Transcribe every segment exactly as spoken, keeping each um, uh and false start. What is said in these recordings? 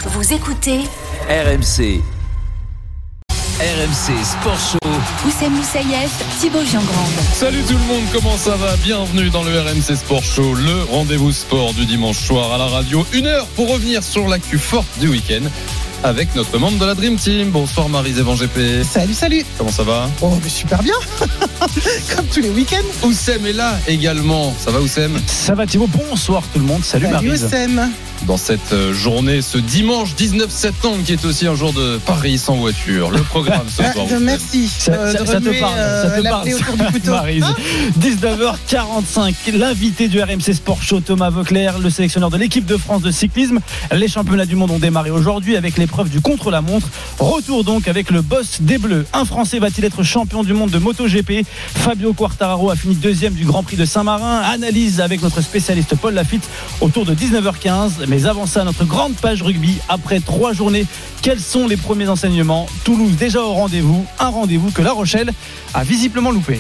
Vous écoutez R M C. R M C Sport Show. Oussem Moussaïef, Thibaut Giangrande. Salut tout le monde, comment ça va? Bienvenue dans le R M C Sport Show, le rendez-vous sport du dimanche soir à la radio. Une heure pour revenir sur l'actu forte du week-end avec notre membre de la Dream Team. Bonsoir Maryse Evan G P. Salut, salut. Comment ça va? Oh, mais super bien. Comme tous les week-ends. Oussem est là également. Ça va Oussem? Ça va Thibaut, bonsoir tout le monde. Salut, Salut Maryse. Oussem. Dans cette journée, ce dimanche dix-neuf septembre, qui est aussi un jour de Paris sans voiture. Le programme ce soir. Ah, merci. Ça, euh, ça, de ça te remuer, parle, euh, ça te la parle, plaie autour du couteau. Maryse. Hein dix-neuf heures quarante-cinq, l'invité du R M C Sport Show, Thomas Voeckler, le sélectionneur de l'équipe de France de cyclisme. Les championnats du monde ont démarré aujourd'hui avec l'épreuve du contre-la-montre. Retour donc avec le boss des Bleus. Un Français va-t-il être champion du monde de MotoGP? Fabio Quartararo a fini deuxième du Grand Prix de Saint-Marin. Analyse avec notre spécialiste Paul Lafitte autour de dix-neuf heures quinze. Mais avant ça, notre grande page rugby. Après trois journées, quels sont les premiers enseignements? Toulouse déjà au rendez-vous. Un rendez-vous que La Rochelle a visiblement loupé.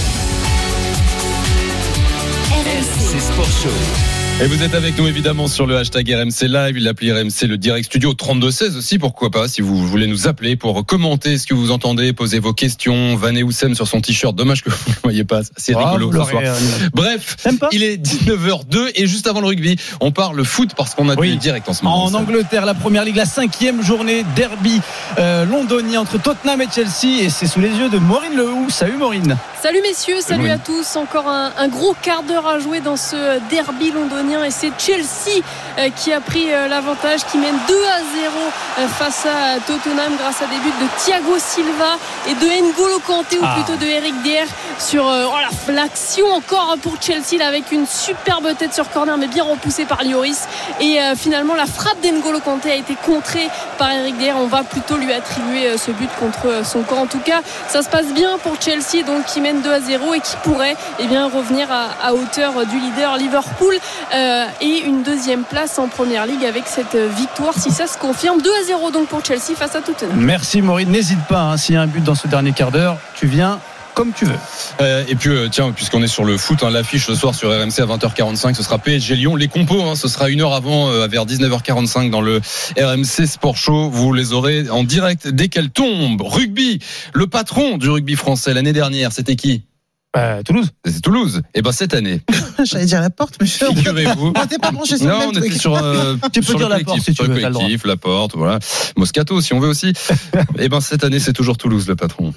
R M C Sport Show. Et vous êtes avec nous évidemment sur le hashtag R M C Live, l'appli R M C, le direct studio trente-deux seize aussi, pourquoi pas, si vous voulez nous appeler pour commenter ce que vous entendez, poser vos questions. Van et Oussem sur son t-shirt, dommage que vous ne le voyez pas, c'est Ah, rigolo vous ce soir. l'aurez, euh, Bref, T'aimes pas il est dix-neuf heures deux et juste avant le rugby, on parle foot parce qu'on a Oui. du direct en ce moment. En Angleterre, la première ligue, la cinquième journée, derby euh, londonien entre Tottenham et Chelsea, et c'est sous les yeux de Maureen Lehoux. Salut Maureen. Salut messieurs, salut Salut. à tous. Encore un, un gros quart d'heure à jouer dans ce derby londonien et c'est Chelsea euh, qui a pris euh, l'avantage, qui mène deux à zéro euh, face à Tottenham grâce à des buts de Thiago Silva et de N'Golo Kanté, ou Ah. plutôt de Eric Dier sur euh, oh, la- l'action encore pour Chelsea là, avec une superbe tête sur corner mais bien repoussée par Lloris, et euh, finalement la frappe d'N'Golo Kanté a été contrée par Eric Dier. On va plutôt lui attribuer euh, ce but contre euh, son camp. En tout cas, ça se passe bien pour Chelsea, donc qui mène deux à zéro et qui pourrait eh bien, revenir à, à hauteur du leader Liverpool, euh, et une deuxième place en première ligue avec cette victoire si ça se confirme. Deux à zéro donc pour Chelsea face à Tottenham. Merci Maureen, n'hésite pas, hein, s'il y a un but dans ce dernier quart d'heure, tu viens comme tu veux. Euh, et puis euh, tiens, puisqu'on est sur le foot, hein, l'affiche ce soir sur R M C à vingt heures quarante-cinq, ce sera P S G Lyon. Les compos, hein, ce sera une heure avant, euh, vers dix-neuf heures quarante-cinq dans le R M C Sport Show. Vous les aurez en direct dès qu'elles tombent. Rugby, le patron du rugby français l'année dernière, c'était qui? Euh, Toulouse. C'est Toulouse. Et ben cette année, J'allais dire la porte, mais je figurez-vous. On n'était pas branché sur le Non, même on était truc. sur, euh, Tu peux sur dire le la porte collectif, si tu sur le veux, t'as le droit. collectif, la porte, voilà. Moscato si on veut aussi. Et ben cette année, c'est toujours Toulouse le patron.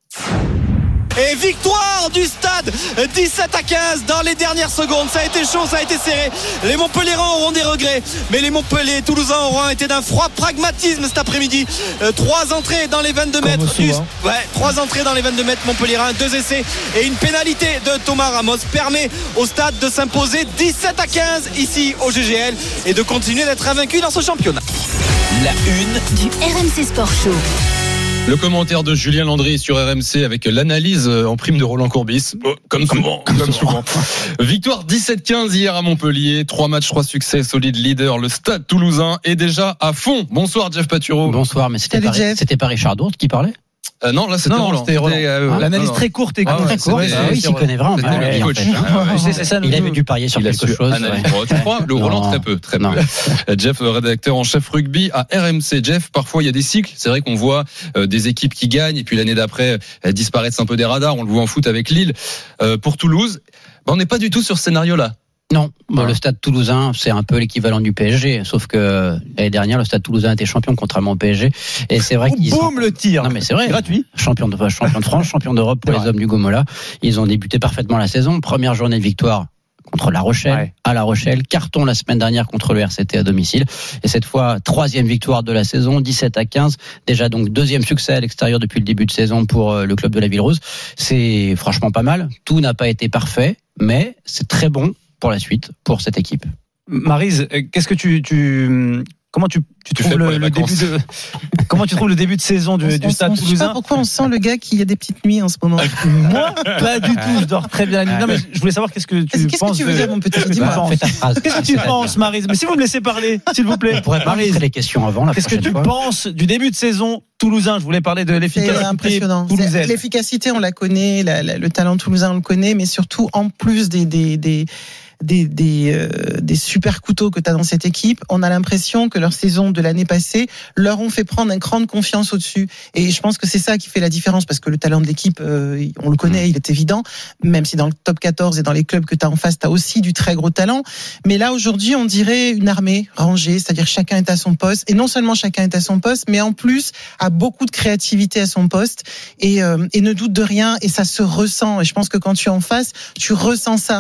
Et victoire du Stade, dix-sept à quinze dans les dernières secondes. Ça a été chaud, ça a été serré. Les Montpellierans auront des regrets, mais les Montpellier Toulousains auront été d'un froid pragmatisme cet après-midi. Euh, trois entrées dans les vingt-deux Comme mètres. Du, souvent. ouais, trois entrées dans les vingt-deux mètres Montpellierans, deux essais et une pénalité de Thomas Ramos permet au Stade de s'imposer dix-sept à quinze ici au G G L et de continuer d'être invaincu dans ce championnat. La une. du R M C Sport Show. Le commentaire de Julien Landry sur R M C avec l'analyse en prime de Roland Courbis. Oh, comme souvent, comme souvent. Victoire dix-sept quinze hier à Montpellier. Trois matchs, trois succès, solide leader. Le Stade Toulousain est déjà à fond. Bonsoir Jeff Patureau. Bonsoir, mais c'était Salut, pas, Jeff. c'était pas Richard Dourte qui parlait? Euh, non, là c'était Non, Roland. c'était Roland. euh, Hein, L'analyse non, non. très courte et Ah ouais, très c'est courte. vrai, Ah c'est oui, il s'y connaît vraiment. C'était Ah le oui, en coach. fait. Ah ouais. C'est- c'est ça, Il le- avait dû parier sur Il a quelque su chose. analyser. ouais. Oh, tu crois? Le Roland Non. très peu, très Non. peu. Jeff, rédacteur en chef rugby à R M C. Jeff, parfois il y a des cycles. C'est vrai qu'on voit euh, des équipes qui gagnent et puis l'année d'après elles disparaissent un peu des radars. On le voit en foot avec Lille. Euh, pour Toulouse, ben, on n'est pas du tout sur ce scénario-là. Non, bon, Voilà. le Stade Toulousain, c'est un peu l'équivalent du P S G, sauf que l'année dernière, le Stade Toulousain était champion contrairement au P S G. Et c'est vrai Oh, qu'ils boum, sont... le tir. Non mais c'est vrai. Gratuit. Champion de, champion de France, champion d'Europe pour C'est les vrai. hommes du Gomola. Ils ont débuté parfaitement la saison. Première journée de victoire contre La Rochelle, Ouais. à La Rochelle. Carton la semaine dernière contre le R C T à domicile. Et cette fois, troisième victoire de la saison, dix-sept à quinze. Déjà donc deuxième succès à l'extérieur depuis le début de saison pour euh, le club de la Ville Rose. C'est franchement pas mal. Tout n'a pas été parfait, mais c'est très bon pour la suite, pour cette équipe. Maryse, euh, qu'est-ce que tu, tu comment tu, tu, Tu trouves fais pour le, les le vacances. début de comment tu trouves le début de saison du, On- du on- Stade on- Je sais pas Toulousain? pourquoi on sent le gars qui a des petites nuits en ce moment. Moi, pas du tout. Je dors très bien la nuit. Non, mais je voulais savoir qu'est-ce que tu Qu'est-ce que penses. tu veux de- dire, mon petit? Bah, Dis-moi. pense. Fais ta phrase. Qu'est-ce que tu C'est-à-dire- penses, Maryse? Mais si vous me laissez parler, s'il vous plaît. On pourrait pas Maryse, mettre les questions avant la qu'est-ce que prochaine tu fois. penses du début de saison toulousain? Je voulais parler de C'est l'efficacité impressionnant. C'est- toulousaine. L'efficacité, on la connaît, la- la- le talent toulousain, on le connaît, mais surtout, en plus des, des, des, des des, euh, des super couteaux que tu as dans cette équipe. On a l'impression que leur saison de l'année passée leur ont fait prendre un cran de confiance au-dessus. Et je pense que c'est ça qui fait la différence, parce que le talent de l'équipe, euh, on le connaît, il est évident, même si dans le top quatorze et dans les clubs que tu as en face, tu as aussi du très gros talent. Mais là, aujourd'hui, on dirait une armée rangée, c'est-à-dire chacun est à son poste. Et non seulement chacun est à son poste, mais en plus a beaucoup de créativité à son poste et, euh, et ne doute de rien. Et ça se ressent. Et je pense que quand tu es en face, tu ressens ça.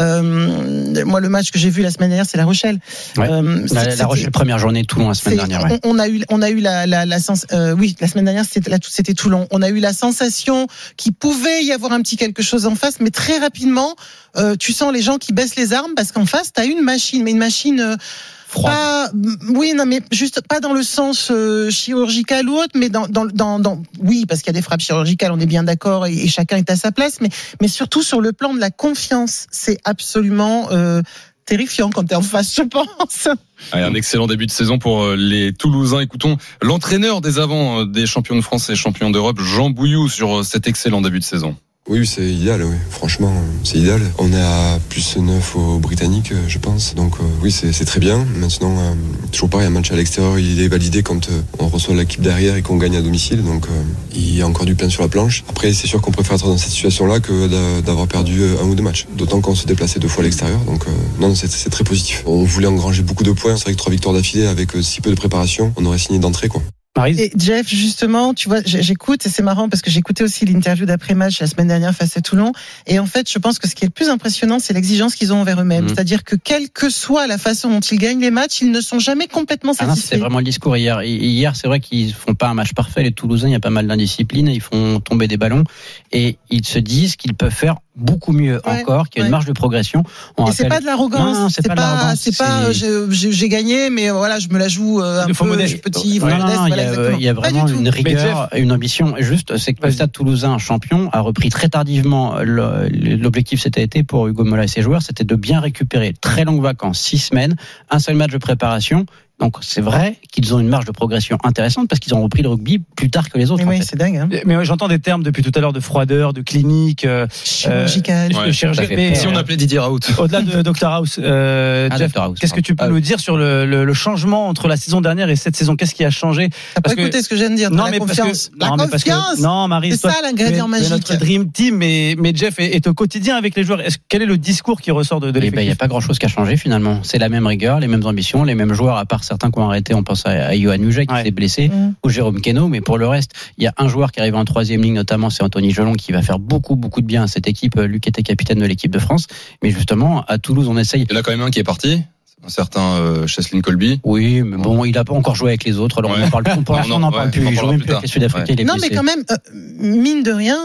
Euh, moi, le match que j'ai vu la semaine dernière, c'est La Rochelle. Ouais. Euh, la, la Rochelle, première journée de Toulon la semaine dernière. Ouais. On, on a eu, on a eu la, la, la sens, euh, oui, la semaine dernière, c'était, la, c'était Toulon. On a eu la sensation qu'il pouvait y avoir un petit quelque chose en face, mais très rapidement, euh, tu sens les gens qui baissent les armes parce qu'en face, t'as une machine, mais une machine. Euh, Pas, oui, non, mais juste pas dans le sens euh, chirurgical ou autre, mais dans, dans, dans, dans, oui, parce qu'il y a des frappes chirurgicales, on est bien d'accord, et, et chacun est à sa place, mais, mais surtout sur le plan de la confiance, c'est absolument euh, terrifiant quand t'es en face, je pense. Allez, un excellent début de saison pour les Toulousains. Écoutons l'entraîneur des avants des champions de France et champions d'Europe, Jean Bouilloux, sur cet excellent début de saison. Oui, c'est idéal, oui. Franchement, c'est idéal. On est à plus neuf aux Britanniques, je pense. Donc, euh, oui, c'est, c'est très bien. Maintenant, euh, toujours pareil, un match à l'extérieur, il est validé quand euh, on reçoit l'équipe derrière et qu'on gagne à domicile. Donc, euh, il y a encore du pain sur la planche. Après, c'est sûr qu'on préfère être dans cette situation-là que d'avoir perdu un ou deux matchs. D'autant qu'on se déplaçait deux fois à l'extérieur. Donc, euh, non, c'est, c'est très positif. On voulait engranger beaucoup de points. C'est vrai que trois victoires d'affilée avec euh, si peu de préparation, on aurait signé d'entrée, quoi. Et Jeff, justement, tu vois, j'écoute, et c'est marrant parce que j'écoutais aussi l'interview d'après-match la semaine dernière face à Toulon. Et en fait, je pense que ce qui est le plus impressionnant, c'est l'exigence qu'ils ont envers eux-mêmes. Mmh. C'est-à-dire que quelle que soit la façon dont ils gagnent les matchs, ils ne sont jamais complètement satisfaits. Ah non, c'est vraiment le discours hier. Hier, c'est vrai qu'ils font pas un match parfait. Les Toulousains, il y a pas mal d'indiscipline. Ils font tomber des ballons. Et ils se disent qu'ils peuvent faire beaucoup mieux ouais, encore, qu'il y a ouais. une marge de progression. On et rappelle... c'est pas de l'arrogance. Non, c'est, c'est pas, pas de l'arrogance. C'est pas, c'est... J'ai, j'ai gagné, mais voilà, je me la joue un peu modeste. petit. Ouais, modeste, non, voilà, il, y a, il y a vraiment une rigueur, une ambition. Juste, c'est que le Stade Toulousain, champion, a repris très tardivement. Le, l'objectif, c'était été pour Hugo Mola et ses joueurs, c'était de bien récupérer. Très longues vacances, six semaines, un seul match de préparation. Donc c'est vrai qu'ils ont une marge de progression intéressante parce qu'ils ont repris le rugby plus tard que les autres. Mais en oui, fait. c'est dingue. Hein. Mais ouais, j'entends des termes depuis tout à l'heure de froideur, de clinique, euh, chirurgical. Euh, ouais, chirurgical. Mais si on appelait Didier Raoult. Au-delà de docteur House, euh, ah, Jeff, docteur House, qu'est-ce que tu peux ah, nous dire sur le, le, le changement entre la saison dernière et cette saison? Qu'est-ce qui a changé? T'as pas écouté ce que je viens de dire? Non, la mais confiance. Que, la non, confiance. Que, non, Marie, c'est toi, ça l'ingrédient magique. Notre dream team, mais, mais Jeff est, est au quotidien avec les joueurs. Est-ce, quel est le discours qui ressort de, de l'effectif? Il n'y a pas grand-chose qui a changé finalement. C'est la même rigueur, les mêmes ambitions, les mêmes joueurs, à part certains qui ont arrêté. On pense à, à Yoann Muget qui ouais. s'est blessé, mmh. ou Jérôme Queneau, mais pour le reste, il y a un joueur qui arrive en troisième ligne, notamment c'est Anthony Gelon qui va faire beaucoup beaucoup de bien à cette équipe. Luc était capitaine de l'équipe de France, mais justement à Toulouse on essaye. Il y en a quand même un qui est parti. Un certain euh, Cheslin Colby. Oui, mais bon, il a pas encore joué avec les autres. Alors ouais. on en parle plus. Pour l'instant, on n'en parle plus. Il joue même plus avec les Sud-Africains. Ouais. Non, mais quand même, euh, mine de rien.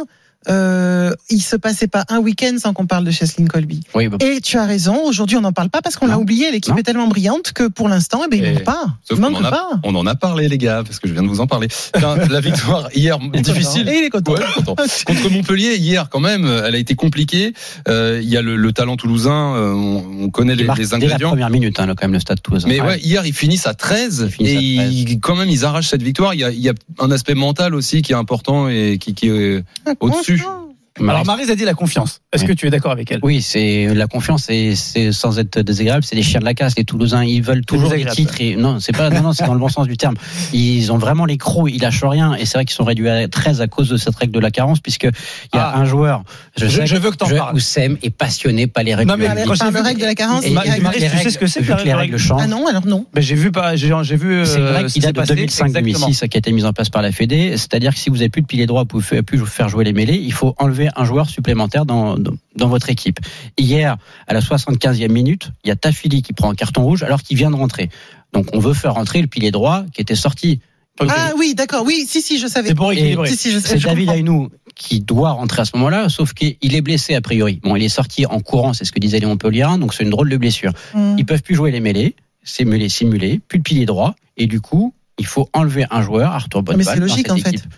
Euh, il se passait pas un week-end sans qu'on parle de Cheslin Colby. Oui, bah... Et tu as raison, aujourd'hui on n'en parle pas parce qu'on non. l'a oublié. L'équipe non. est tellement brillante que pour l'instant, eh ben, il ne manque pas. Sauf il manque on, en a, pas. on en a parlé, les gars, parce que je viens de vous en parler. La victoire hier, difficile. Et il est content. Ouais, content. Contre Montpellier, hier, quand même, elle a été compliquée. Euh, il y a le, le talent toulousain, euh, on, on connaît les, les ingrédients. Dès la première minute, hein, quand même, le Stade Toulousain. Mais ouais, ouais, hier, ils finissent à treize. Ils finissent et à treize. Ils, quand même, ils arrachent cette victoire. Il y a, il y a un aspect mental aussi qui est important et qui, qui est au-dessus. Alors Maryse a dit la confiance. Est-ce oui. que tu es d'accord avec elle? Oui, c'est la confiance, et c'est sans être désagréable, c'est les chiens de la casse. Les Toulousains, ils veulent toujours les titres. Et, non, c'est pas, non, non, c'est dans le bon sens du terme. Ils ont vraiment les crocs, ils lâchent rien. Et c'est vrai qu'ils sont réduits à treize à cause de cette règle de la carence, puisque il y a ah. un joueur. Je, je, je veux que t'en je, parles. Oussem est passionné par les règles. Non mais quand j'ai vu la règle de la carence, Maryse, tu sais ce que c'est que les règles changent. Ah non, alors non. Ben j'ai vu pas, j'ai, j'ai vu. C'est vrai qu'il date de deux mille cinq deux mille six qui a été mise en place par la Fédé. C'est-à-dire que si vous avez plus de pilier droit, vous pouvez plus vous faire jouer les mêlées. Il faut enlever un joueur supplémentaire Dans, dans, dans votre équipe. Hier, à la soixante-quinzième minute, il y a Tafili qui prend un carton rouge alors qu'il vient de rentrer. Donc on veut faire rentrer le pilier droit qui était sorti. Okay. Ah oui, d'accord, oui, si, si, je savais. C'est pour équilibrer. Si, si, je, c'est je David Aynou qui doit rentrer à ce moment-là, sauf qu'il est blessé a priori. Bon, il est sorti en courant, c'est ce que disait Léon Pellirin, donc c'est une drôle de blessure. Mmh. Ils peuvent plus jouer les mêlées, simuler, simuler, plus de pilier droit, et du coup, il faut enlever un joueur, Arthur Bonneval. Mais c'est logique dans cette en équipe. fait.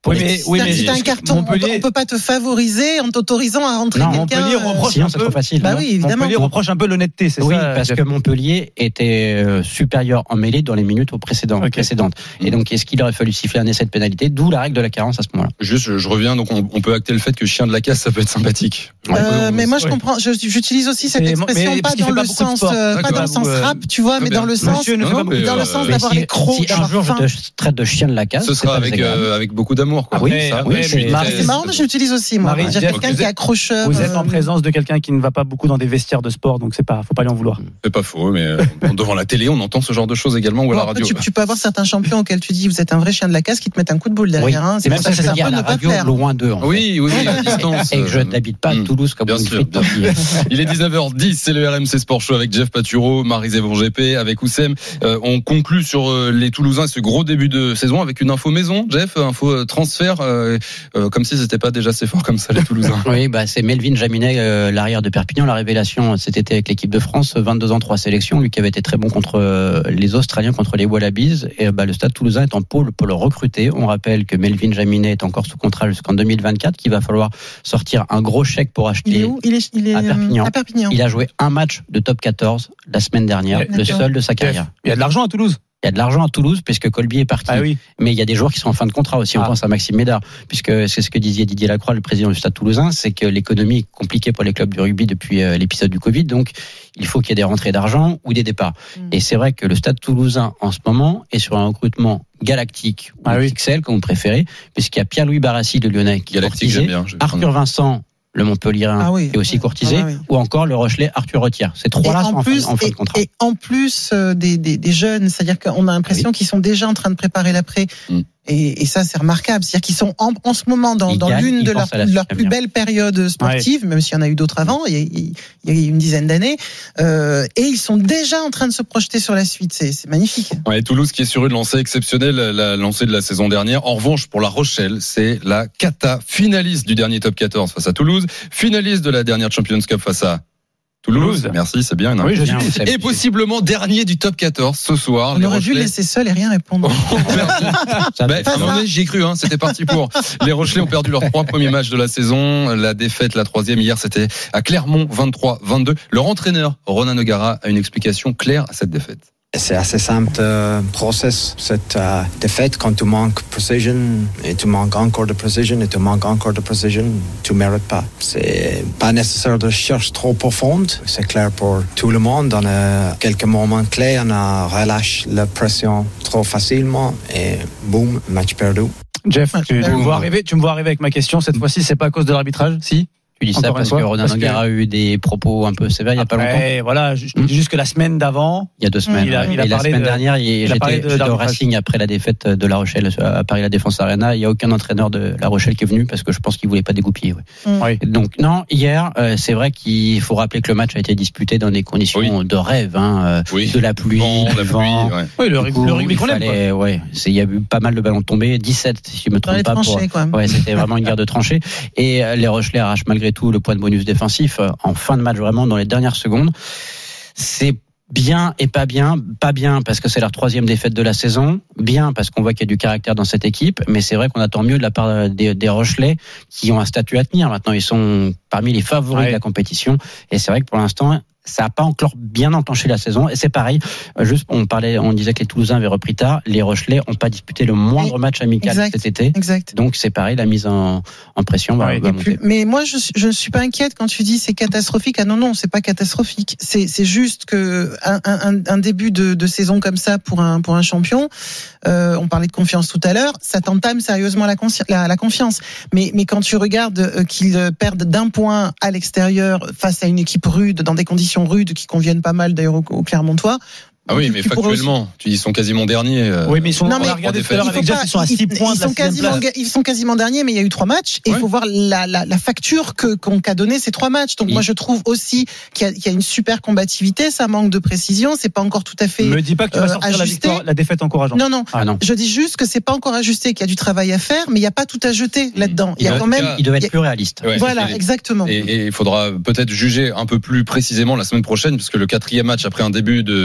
pour Oui, les- mais, oui, mais si t'as un carton, Montpellier- on peut pas te favoriser en t'autorisant à rentrer Non, quelqu'un. Montpellier euh, reproche Sinon, un c'est peu. trop facile. Bah oui, évidemment. Montpellier reproche un peu l'honnêteté, c'est Oui, ça. parce Jeff. que Montpellier était euh, supérieur en mêlée dans les minutes au précédent, Ok. précédentes. Et donc, est-ce qu'il aurait fallu siffler un essai de pénalité, d'où la règle de la carence à ce moment-là. Juste, je, je reviens, donc on, on peut acter le fait que chien de la casse, ça peut être sympathique. Euh, mais moi je Ouais. comprends, je- j'utilise aussi cette Mais- expression mais parce pas qu'il dans fait pas le beaucoup de sens, sport. euh, pas D'accord. dans le sens Euh, rap, tu vois, très mais bien. dans le sens, Monsieur ne fait Non, pas beaucoup mais, de dans le euh, sens Mais d'avoir si, les crocs, si un d'avoir jour je faim. te traite de chien de la casse, Ce c'est sera pas avec, désagréable. euh, avec beaucoup d'amour, quoi. Ah oui, Après, Ça, après, je suis mais- très- C'est marrant, je l'utilise aussi moi. Marie, Je veux dire Jeff, quelqu'un vous qui est êtes- accrocheur. Vous êtes en euh, présence de quelqu'un qui ne va pas beaucoup dans des vestiaires de sport, donc c'est pas, faut pas lui en vouloir. C'est pas faux, mais euh, devant la télé, on entend ce genre de choses également ou à bon, la après, radio. tu, tu peux avoir certains champions auxquels tu dis vous êtes un vrai chien de la casse qui te mettent un coup de boule Oui, derrière. hein. c'est même pour ça que que je veux dire à peut la ne pas radio, plaire. loin d'eux. en fait. Oui, oui, oui, à distance. Et que je n'habite pas à Mm. Toulouse comme Bien vous le sûr, faites bien depuis. Il est dix-neuf heures dix, c'est le R M C Sport Show avec Jeff Paturo, Marie-Zévon G P, avec Oussem. Euh, on conclut sur euh, les Toulousains, ce gros début de saison avec une info maison, Jeff, info euh, transfert, euh, euh, comme si c'était pas déjà assez fort comme ça les Toulousains. Oui, bah c'est Melvin Jaminet, euh, l'arrière de Perpignan, la révélation cet été avec l'équipe de France, vingt-deux ans, trois sélections, lui qui avait été très bon contre euh, les Australiens, contre les Wallabies. Et bah, le Stade Toulousain est en pôle pour le recruter. On rappelle que Melvin Jaminet est encore sous contrat jusqu'en deux mille vingt-quatre, qu'il va falloir sortir un gros chèque pour acheter. Il est où Il est, il est à Perpignan. à Perpignan. Il a joué un match de top quatorze la semaine dernière, D'accord. le seul de sa carrière. Il y a de l'argent à Toulouse. Il y a de l'argent à Toulouse puisque Colby est parti. Ah oui. Mais il y a des joueurs qui sont en fin de contrat aussi. On Ah. pense à Maxime Médard, puisque c'est ce que disait Didier Lacroix, le président du Stade Toulousain, c'est que l'économie est compliquée pour les clubs du rugby depuis euh, l'épisode du Covid. Donc, il faut qu'il y ait des rentrées d'argent ou des départs. Mm. Et c'est vrai que le Stade Toulousain, en ce moment, est sur un recrutement galactique ou Ah oui. X L, comme vous préférez, puisqu'il y a Pierre-Louis Barassi, le Lyonnais, qui est Galactique, courtisé, j'aime bien. je- Arthur Vincent, le Montpellierin, Ah oui. qui est aussi Ouais. courtisé, Ah oui. ou encore le Rochelet Arthur Retière. Ces Et trois-là sont en en fin, plus, en fin et, de contrat. et en plus euh, des, des, des jeunes, c'est-à-dire qu'on a l'impression qu'ils sont déjà en train de préparer l'après. Mm. Et, et ça, c'est remarquable. C'est-à-dire qu'ils sont en, en ce moment dans, Ils dans gagnent, l'une ils de pensent leurs à la de leurs suite, plus bien. belles périodes sportives, même s'il y en a eu d'autres avant, il y a, il y a eu une dizaine d'années. Euh, et ils sont déjà en train de se projeter sur la suite. C'est, c'est magnifique. Ouais, Toulouse qui est sur une lancée exceptionnelle, la lancée de la saison dernière. En revanche, pour La Rochelle, c'est la cata, finaliste du dernier top quatorze face à Toulouse, finaliste de la dernière Champions Cup face à Toulouse. Toulouse. Merci, c'est bien. Oui, je Bien, suis. vous savez. Et possiblement dernier du top quatorze ce soir. On Les aurait dû le Rochelais- laisser seul et rien répondre. ont perdu. Ça Ben, fait- à un moment donné, j'y ai cru, hein, c'était parti pour. Les Rochelais ont perdu leurs trois premiers matchs de la saison. La défaite, la troisième hier, c'était à Clermont, vingt-trois vingt-deux. Leur entraîneur, Ronan Nogara, a une explication claire à cette défaite. C'est assez simple euh, process. Cette euh, défaite, quand tu manques precision et tu manques encore de precision et tu manques encore de precision, tu mérites pas. C'est pas nécessaire de chercher trop profonde. C'est clair pour tout le monde. Dans euh, quelques moments clés, on a relâché la pression trop facilement et boum, match perdu. Jeff, Ouais, tu, tu me vois arriver, tu me vois arriver avec ma question. Cette fois-ci, c'est pas à cause de l'arbitrage, si. Tu dis ça Encore parce une fois, que Ronan parce que- Nogara a eu des propos un peu sévères il y a pas longtemps. Après, voilà, je je te dis juste que la semaine d'avant, Il y a deux semaines. Il a- ouais. il a et la parlé semaine de- dernière, il- il a parlé j'étais de j'étais au l'arbitrage. Racing après la défaite de La Rochelle à Paris La Défense Arena. Il n'y a aucun entraîneur de La Rochelle qui est venu parce que je pense qu'il voulait pas dégoupiller. Ouais. oui. Donc non, hier, euh, c'est vrai qu'il faut rappeler que le match a été disputé dans des conditions Oui. de rêve, hein, euh, Oui. de la pluie, Vent, du la vent. pluie, ouais. Oui, le, Du rugby- coup, le rugby il qu'on aime. quoi. fallait, ouais, c'est, il y a eu pas mal de ballons tombés, dix-sept si je me Dans trompe les pas. Pour, tranchées, quoi. ouais, c'était vraiment une guerre de tranchées. Et euh, les Rochelais arrachent malgré tout le point de bonus défensif euh, en fin de match, vraiment dans les dernières secondes. C'est bien et pas bien. Pas bien parce que c'est leur troisième défaite de la saison. Bien parce qu'on voit qu'il y a du caractère dans cette équipe. Mais c'est vrai qu'on attend mieux de la part des, des Rochelais qui ont un statut à tenir. Maintenant, ils sont parmi les favoris Ouais. de la compétition. Et c'est vrai que pour l'instant, ça n'a pas encore bien enclenché la saison. Et c'est pareil. Euh, Juste, on parlait, on disait que les Toulousains avaient repris tard. Les Rochelais n'ont pas disputé le moindre Oui, match amical exact. cet été. Exact. Donc c'est pareil, la mise en, en pression va, Ouais, va et monter. Mais moi, je, je ne suis pas inquiète quand tu dis c'est catastrophique. Ah non, non, c'est pas catastrophique. C'est, c'est juste que un, un, un début de, de saison comme ça pour un, pour un champion, euh, on parlait de confiance tout à l'heure, ça t'entame sérieusement la, consci- la, la confiance. Mais, mais quand tu regardes euh, qu'ils perdent d'un point à l'extérieur face à une équipe rude, dans des conditions rudes qui conviennent pas mal d'ailleurs au, au Clermontois. Ah oui, tu- mais tu pourrais aussi- factuellement, tu dis ils sont quasiment derniers. euh, Oui, mais ils sont. Non, on mais a regardé il tout à l'heure Il faut avec Jeff, pas- ils sont à six ils- points ils de la sont sixième quasiment, place. ga- ils sont quasiment derniers, mais il y a eu trois matchs et il Ouais. faut voir la, la, la facture que qu'on qu'a donné ces trois matchs. Donc Oui. moi je trouve aussi qu'il y, a, qu'il y a une super combativité, ça manque de précision, c'est pas encore tout à fait. Me dis pas que tu vas euh, sortir la ajusté. victoire, la défaite encourageante. Non non, Ah non. je dis juste que c'est pas encore ajusté, qu'il y a du travail à faire, mais il y a pas tout à jeter là-dedans. Il y a doit quand être- même. Il devait il y être a- plus réaliste. ouais, Voilà, et- exactement. Et et il faudra peut-être juger un peu plus précisément la semaine prochaine, parce que le quatrième match après un début de, il y avait un calendrier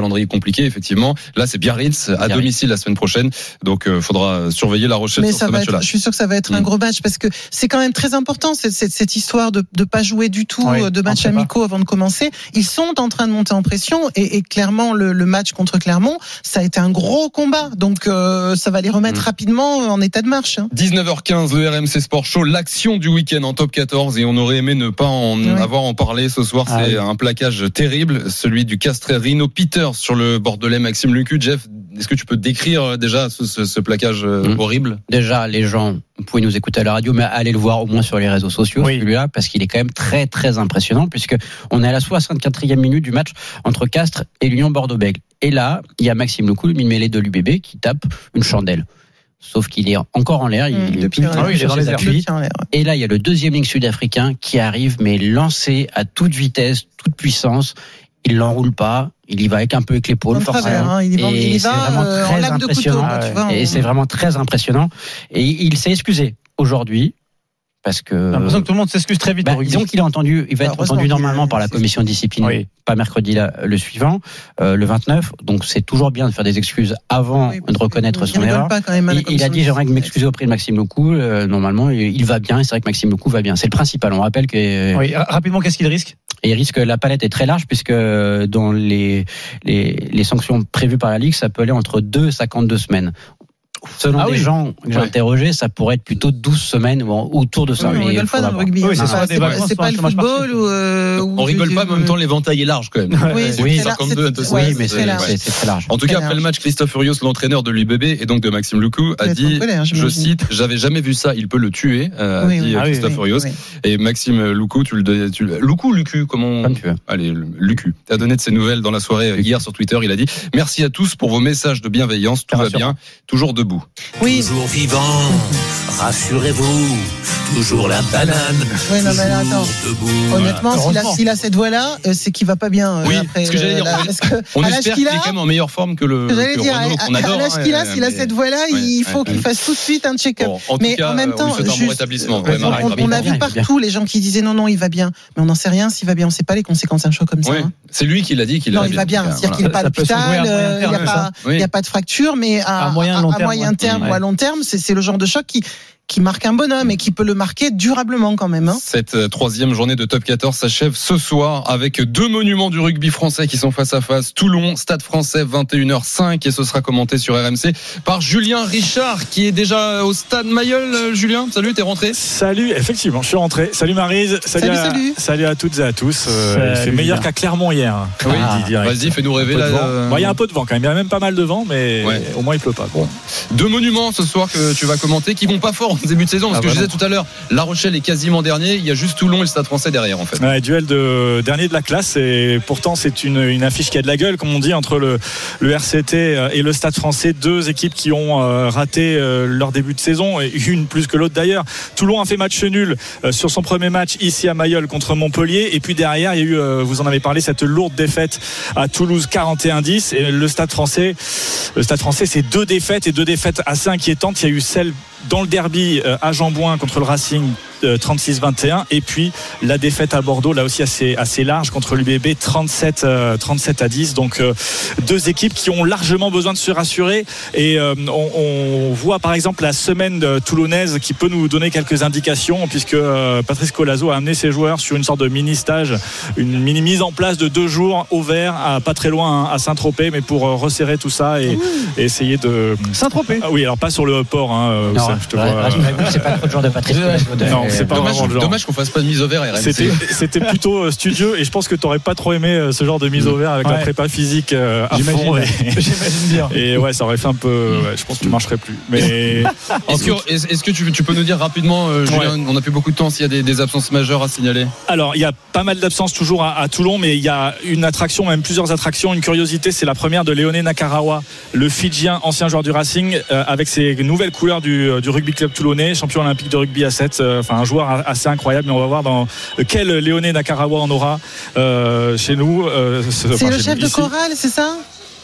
calendrier compliqué, effectivement. Là, c'est Biarritz à Biarritz. domicile la semaine prochaine. Donc, il euh, faudra surveiller La Rochelle mais sur ça ce va match-là. Être, je suis sûr que ça va être mmh. un gros match parce que c'est quand même très important cette, cette, cette histoire de ne pas jouer du tout oui, de matchs amicaux pas. avant de commencer. Ils sont en train de monter en pression et, et clairement, le, le match contre Clermont, ça a été un gros combat. Donc, euh, ça va les remettre mmh. rapidement en état de marche. Hein. dix-neuf heures quinze, le R M C Sport Show, l'action du week-end en top quatorze et on aurait aimé ne pas en oui. avoir en parler ce soir. Ah, c'est oui. un plaquage terrible, celui du Castré Rino Peters sur le Bordelais Maxime Lucu. Jeff, est-ce que tu peux décrire déjà ce, ce, ce plaquage mmh. horrible? Déjà, les gens, vous pouvez nous écouter à la radio, mais allez le voir au moins sur les réseaux sociaux, oui. celui-là, parce qu'il est quand même très très impressionnant, puisque on est à la soixante-quatrième minute du match entre Castres et l'Union Bordeaux-Bègles. Et là, il y a Maxime Lucu, le mêlé de l'U B B, qui tape une chandelle. Sauf qu'il est encore en l'air, il, mmh, il est plus ah oui, sur ses appuis. Et là, il y a le deuxième ligne sud-africain qui arrive, mais lancé à toute vitesse, toute puissance. Il l'enroule pas, il y va avec un peu avec l'épaule, forcément. Hein, il y va, et il y c'est va, vraiment euh, très en impressionnant. Lame de couteau, tu vois, et on... c'est vraiment très impressionnant. Et il s'est excusé aujourd'hui. Parce que. J'ai l'impression que tout le monde s'excuse très vite. Bah, disons qu'il est entendu, il va être entendu normalement par la commission de discipline, oui. pas mercredi là, le suivant, euh, le vingt-neuf. Donc c'est toujours bien de faire des excuses avant oui, de reconnaître son erreur. Il, il a dit j'aimerais m'excuser auprès de Maxime Lucu. Euh, normalement, il, il va bien. Et c'est vrai que Maxime Lucu va bien. C'est le principal. On rappelle que. Oui, rapidement, qu'est-ce qu'il risque? Et il risque, la palette est très large puisque dans les, les, les sanctions prévues par la Ligue, ça peut aller entre deux et cinquante-deux semaines. Selon ah des oui. gens que j'ai ouais. interrogés, ça pourrait être plutôt douze semaines ou autour de ça. Oui, on rigole pas dans le rugby. Oui, c'est pas, c'est pas, c'est pas le football ou, euh, ou on rigole pas, mais en même temps l'éventail est large quand même. Oui, oui, cinquante-deux, c'est, oui mais c'est, c'est, c'est très large. En tout cas, après le match, Christophe Furios, l'entraîneur de l'U B B et donc de Maxime Lucu, a dit, je cite, j'avais jamais vu ça, il peut le tuer, a dit Christophe Furios. Et Maxime Lucu, tu le, tu le, Lucu, Lucu, comment? Allez, Lucu. A donné de ses nouvelles dans la soirée hier sur Twitter. Il a dit, merci à tous pour vos messages de bienveillance, tout va bien, toujours debout. Oui. Toujours vivant, rassurez-vous, toujours la banane. Oui, non, mais attends. Debout, honnêtement, voilà. s'il, a, s'il a cette voix-là, euh, c'est qu'il va pas bien. Euh, oui, après, ce que j'allais dire. Là, parce que on espère qu'il, qu'il est quand même en meilleure forme que le, j'allais que dire, Renaud, qu'on à, adore. À l'âge qu'il a, s'il a cette voix-là, ouais, il faut ouais, qu'il ouais. fasse tout de suite un check-up. Bon, en mais cas, en même temps, on, juste, on, on, on a vu partout les gens qui disaient non, non, il va bien. Mais on n'en sait rien s'il va bien. On ne sait pas les conséquences d'un choc comme ça. C'est lui qui l'a dit qu'il Non, il va bien. C'est-à-dire qu'il n'est pas à l'hôpital, il n'y a pas de fracture, mais à moyen terme ou à long terme, c'est le genre de choc qui qui marque un bonhomme et qui peut le marquer durablement quand même. Hein. Cette euh, troisième journée de Top quatorze s'achève ce soir avec deux monuments du rugby français qui sont face à face. Toulon, Stade Français, vingt et une heures cinq, et ce sera commenté sur R M C par Julien Richard qui est déjà au Stade Mayol. Julien, salut, t'es rentré? Salut, effectivement, je suis rentré. Salut Maryse, salut, salut, à, salut. salut à toutes et à tous. Euh, c'est meilleur qu'à Clermont hier. Oui, ah, vas-y, fais-nous rêver là. Euh... Bon, il y a un peu de vent quand même, il y a même pas mal de vent, mais ouais. au moins il pleut pas. Bon. Deux monuments ce soir que tu vas commenter qui vont pas fort en début de saison, parce ah que bah je disais tout à l'heure, La Rochelle est quasiment dernier, il y a juste Toulon et le Stade Français derrière en fait. Ouais, duel de dernier de la classe, et pourtant c'est une, une affiche qui a de la gueule, comme on dit, entre le, le R C T et le Stade Français, deux équipes qui ont raté leur début de saison, et une plus que l'autre d'ailleurs. Toulon a fait match nul sur son premier match ici à Mayol contre Montpellier, et puis derrière il y a eu, vous en avez parlé, cette lourde défaite à Toulouse quarante et un dix, et le Stade Français, le Stade Français c'est deux défaites, et deux défaites assez inquiétantes. Il y a eu celle dans le derby à Jean-Bouin contre le Racing, trente-six vingt et un, et puis la défaite à Bordeaux, là aussi assez, assez large, contre l'U B B, trente-sept à dix. Donc euh, deux équipes qui ont largement besoin de se rassurer, et euh, on, on voit par exemple la semaine toulonnaise qui peut nous donner quelques indications, puisque euh, Patrice Colazo a amené ses joueurs sur une sorte de mini stage, une mini mise en place de deux jours au vert, à, pas très loin, à Saint-Tropez, mais pour euh, resserrer tout ça et, et essayer de Saint-Tropez. Ah, oui, alors pas sur le port, hein, non, ça, je te vois, c'est pas trop le genre de Patrice Colazo. Non, c'est pas dommage, vraiment le genre. Dommage qu'on fasse pas de mise au vert R M C. C'était, c'était plutôt studieux, et je pense que t'aurais pas trop aimé ce genre de mise au vert avec ouais. la prépa physique à j'imagine, fond. Et, j'imagine bien. Et ouais, ça aurait fait un peu. Ouais, je pense que tu marcherais plus. Mais est-ce que, est-ce que tu, tu peux nous dire rapidement, euh, Julien, ouais. on n'a plus beaucoup de temps, s'il y a des, des absences majeures à signaler? Alors, il y a pas mal d'absences toujours à, à Toulon, mais il y a une attraction, même plusieurs attractions. Une curiosité, c'est la première de Léoné Nakarawa, le Fidjien, ancien joueur du Racing, euh, avec ses nouvelles couleurs du, du rugby club toulonnais, champion olympique de rugby à sept. Enfin, euh, un joueur assez incroyable. Mais on va voir dans quel Léoné Nakarawa on aura euh, chez nous. Euh, ce, c'est enfin, le chef de chorale, c'est ça?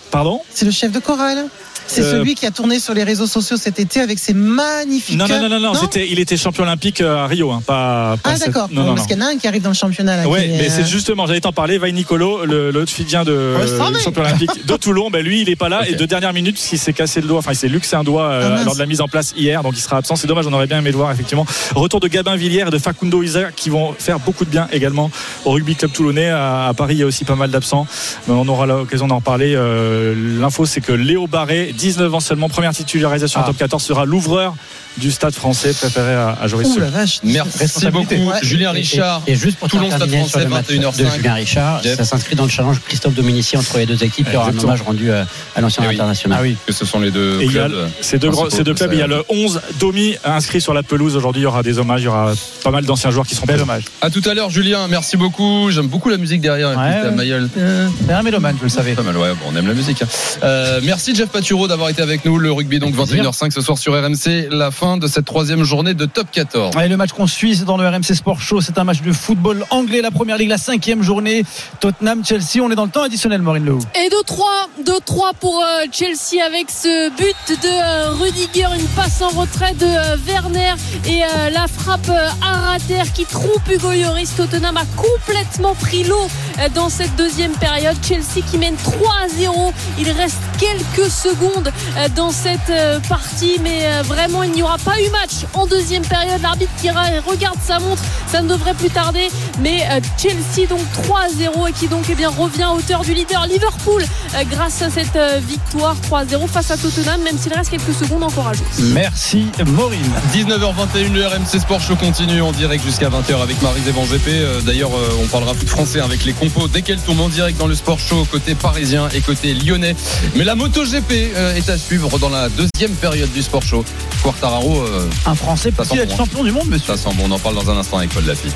Pardon ? C'est le chef de chorale. C'est Euh, celui qui a tourné sur les réseaux sociaux cet été avec ses magnifiques. Non, non, non, non, non, c'était, il était champion olympique à Rio, hein, pas, pas Ah cette- d'accord. Non, Bon, non, parce non. qu'il y en a un qui arrive dans le championnat. Là, Ouais, qui est, mais euh, c'est justement, j'allais t'en parler, Vai Nicolo, le, le Fidjien de Ouais, je savais. champion olympique de Toulon, ben lui il est pas là Ok. et de dernière minute, s'il s'est cassé le doigt, enfin il s'est luxé un doigt euh, Ah, mince. lors de la mise en place hier, donc il sera absent. C'est dommage, on aurait bien aimé le voir effectivement. Retour de Gabin Villiers et de Facundo Isa qui vont faire beaucoup de bien également au rugby club toulonnais. À, à Paris, il y a aussi pas mal d'absents. Mais on aura l'occasion d'en reparler. Euh, l'info, c'est que Léo Barré, dix-neuf ans seulement, première titularisation Ah. en top quatorze, sera l'ouvreur du stade français préféré à, à Joris Ouh Seul. la vache. Merci beaucoup, Ouais. Julien Richard. Et, et juste pour Toulon, Stade terminer sur Français, le match vingt et une heures de cinq. Julien Richard, Jeff. ça s'inscrit dans le challenge Christophe Dominici entre les deux équipes. Il y aura un Exactement. hommage rendu euh, à l'ancien Eh oui. international. Ah oui. Que ce sont les deux Et il y a clubs. ces deux, gros- principaux, ces deux comme clubs, ça. il y a le onze Domi inscrit sur la pelouse. Aujourd'hui, il y aura des hommages, il y aura pas mal d'anciens joueurs qui seront Bel présents. hommage. À tout à l'heure, Julien. Merci beaucoup. J'aime beaucoup la musique derrière. Ouais, Écoute, la ouais. Mayol. C'est un mélomane, je le savais. Pas mal, ouais, bon, on aime la musique. hein. Euh, merci Jeff Paturo d'avoir été avec nous. Le rugby, donc vingt et une heures cinq ce soir sur R M C. La fin de cette troisième journée de top quatorze. Allez, le match qu'on suit, c'est dans le R M C Sport Show. C'est un match de football anglais, la première ligue, la cinquième journée. Tottenham-Chelsea. On est dans le temps additionnel, Maureen Lehoux. Et deux trois, deux trois pour euh, Chelsea avec ce but de euh, Rudiger, une passe en retrait de euh, Werner et euh, la frappe euh, à rater qui trompe Hugo Lloris. Tottenham a complètement pris l'eau euh, dans cette deuxième période. Chelsea qui mène trois à zéro. Il reste quelques secondes euh, dans cette euh, partie, mais euh, vraiment il n'y aura pas eu match en deuxième période. L'arbitre qui regarde sa montre, ça ne devrait plus tarder, mais euh, Chelsea donc trois à zéro et qui donc eh bien, revient à hauteur du leader Liverpool euh, grâce à cette euh, victoire trois à zéro face à Tottenham, même s'il reste quelques secondes encore à jouer. Merci, Maureen. dix-neuf heures vingt et une, le R M C Sport Show continue en direct jusqu'à vingt heures avec Marie Zévan G P. Euh, D'ailleurs, euh, on parlera foot français avec les compos dès qu'elle tombe en direct dans le Sport Show côté parisien et côté lyonnais. Mais la MotoGP euh, est à suivre dans la deuxième période du Sport Show. Quartararo, euh, Un Français Ça peut-il sent être bon, champion du monde, monsieur? ça sent bon. On en parle dans un instant avec Paul Lafitte.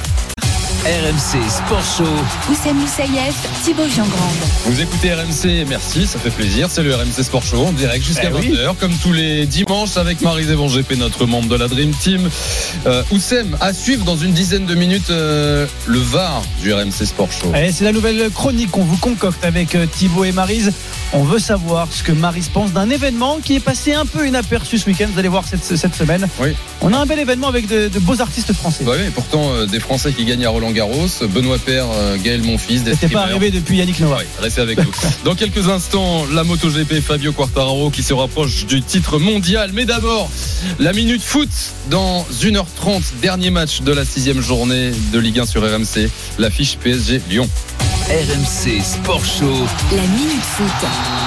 R M C Sport Show. Oussem Moussaïef, Thibaut Giangrande. Vous écoutez R M C, merci, ça fait plaisir. C'est le R M C Sport Show en direct jusqu'à Eh oui. vingt heures, comme tous les dimanches avec Marie Zévan G P, notre membre de la Dream Team. Euh, Oussem, à suivre dans une dizaine de minutes euh, le V A R du R M C Sport Show. Allez, c'est la nouvelle chronique qu'on vous concocte avec euh, Thibaut et Maryse. On veut savoir ce que Maryse pense d'un événement qui est passé un peu inaperçu ce week-end. Vous allez voir cette, cette semaine. Oui. On a un bel événement avec de, de beaux artistes français. Bah oui, et pourtant euh, des Français qui gagnent à Roland Garros, Benoît Paire, euh, Gaël Monfils, des C'était pas streamers. arrivé depuis Yannick Noah. Ouais, restez avec nous. Dans quelques instants, la MotoGP, Fabio Quartararo qui se rapproche du titre mondial. Mais d'abord, la Minute Foot dans une heure trente, dernier match de la sixième journée de Ligue un sur R M C. L'affiche P S G Lyon. R M C Sport Show. La Minute Foot.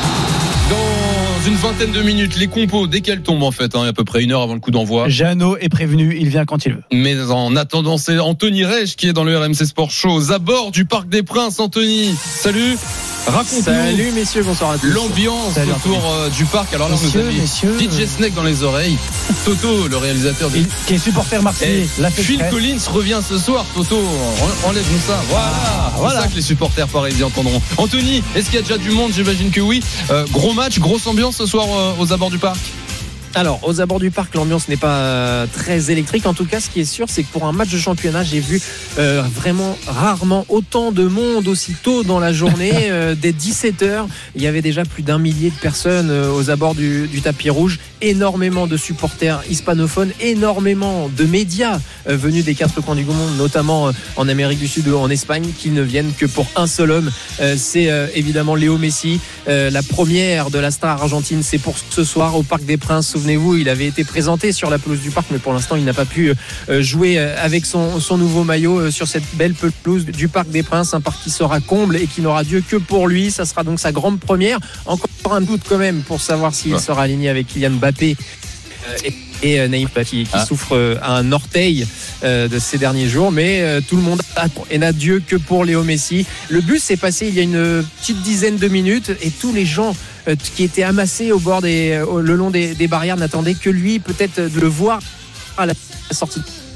Dans une vingtaine de minutes, les compos, dès qu'elles tombent en fait, hein, à peu près une heure avant le coup d'envoi. Jeannot est prévenu, il vient quand il veut. Mais en attendant, c'est Anthony Reich qui est dans le R M C Sport Show aux abords du Parc des Princes. Anthony, salut. Raconte-nous Salut messieurs, bonsoir à tous. l'ambiance Salut, autour euh, du parc. Alors là, on nous Messieurs, a mis messieurs. D J Snake dans les oreilles. Toto, le réalisateur de Il- qui est supporter marseillais. Eh, l'a fait Phil exprès. Collins revient ce soir, Toto. En- Enlève-nous ça. Voilà. C'est voilà. ça que les supporters parisiens entendront. Anthony, est-ce qu'il y a déjà du monde? J'imagine que oui. Euh, gros match, grosse ambiance ce soir euh, aux abords du parc. Alors, aux abords du parc, l'ambiance n'est pas euh, très électrique. En tout cas, ce qui est sûr, c'est que pour un match de championnat, j'ai vu euh, vraiment rarement autant de monde aussitôt dans la journée. Euh, dès dix-sept heures, il y avait déjà plus d'un millier de personnes euh, aux abords du, du tapis rouge. Énormément de supporters hispanophones, énormément de médias euh, venus des quatre coins du monde, notamment euh, en Amérique du Sud ou en Espagne, qui ne viennent que pour un seul homme. Euh, c'est euh, évidemment Léo Messi. Euh, la première de la star argentine, c'est pour ce soir au Parc des Princes. Souvenez-vous, il avait été présenté sur la pelouse du parc, mais pour l'instant, il n'a pas pu euh, jouer avec son, son nouveau maillot euh, sur cette belle pelouse du Parc des Princes. Un parc qui sera comble et qui n'aura Dieu que pour lui. Ça sera donc sa grande première. Encore un doute quand même pour savoir s'il Ouais. sera aligné avec Kylian Mbappé euh, et, et euh, Neymar qui, qui Ah. souffre euh, à un orteil euh, de ces derniers jours. Mais euh, tout le monde attend et n'a Dieu que pour Léo Messi. Le bus s'est passé il y a une petite dizaine de minutes et tous les gens euh, qui étaient amassés au bord des, au- le long des, des barrières n'attendaient que lui, peut-être de le voir à la sortie.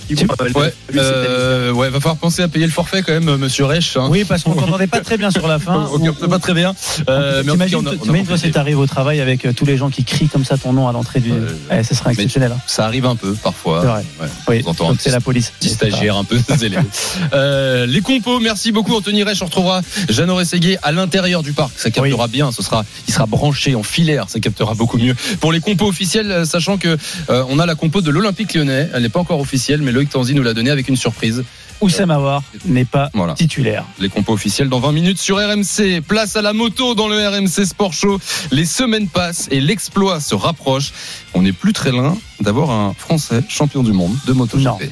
Ouais, euh, ouais, va falloir penser à payer le forfait quand même, monsieur Reich. Hein. Oui, parce qu'on n'entendait pas très bien sur la fin. On capte pas très bien. Euh, mais t'imagines, t'imagines toi, si t'arrives au travail avec tous les gens qui crient comme ça ton nom à l'entrée du. Euh, eh, ce sera exceptionnel. Hein. Ça arrive un peu parfois. C'est vrai. Ouais, oui, donc c'est petit, la police. Petit stagiaire un peu zélé. euh, les compos, merci beaucoup Anthony Reich. On retrouvera Jeannot Rességuier à l'intérieur du parc. Ça captera oui. bien. Ce sera, il sera branché en filaire. Ça captera beaucoup mieux. Pour les compos officiels, sachant que euh, on a la compo de l'Olympique Lyonnais. Elle n'est pas encore officielle, mais Loïc Tanzi nous l'a donnée avec une surprise. Oussem Aouar n'est pas voilà. titulaire. Les compos officiels dans vingt minutes sur R M C. Place à la moto dans le R M C Sport Show. Les semaines passent et l'exploit se rapproche. On n'est plus très loin d'avoir un Français champion du monde de MotoGP.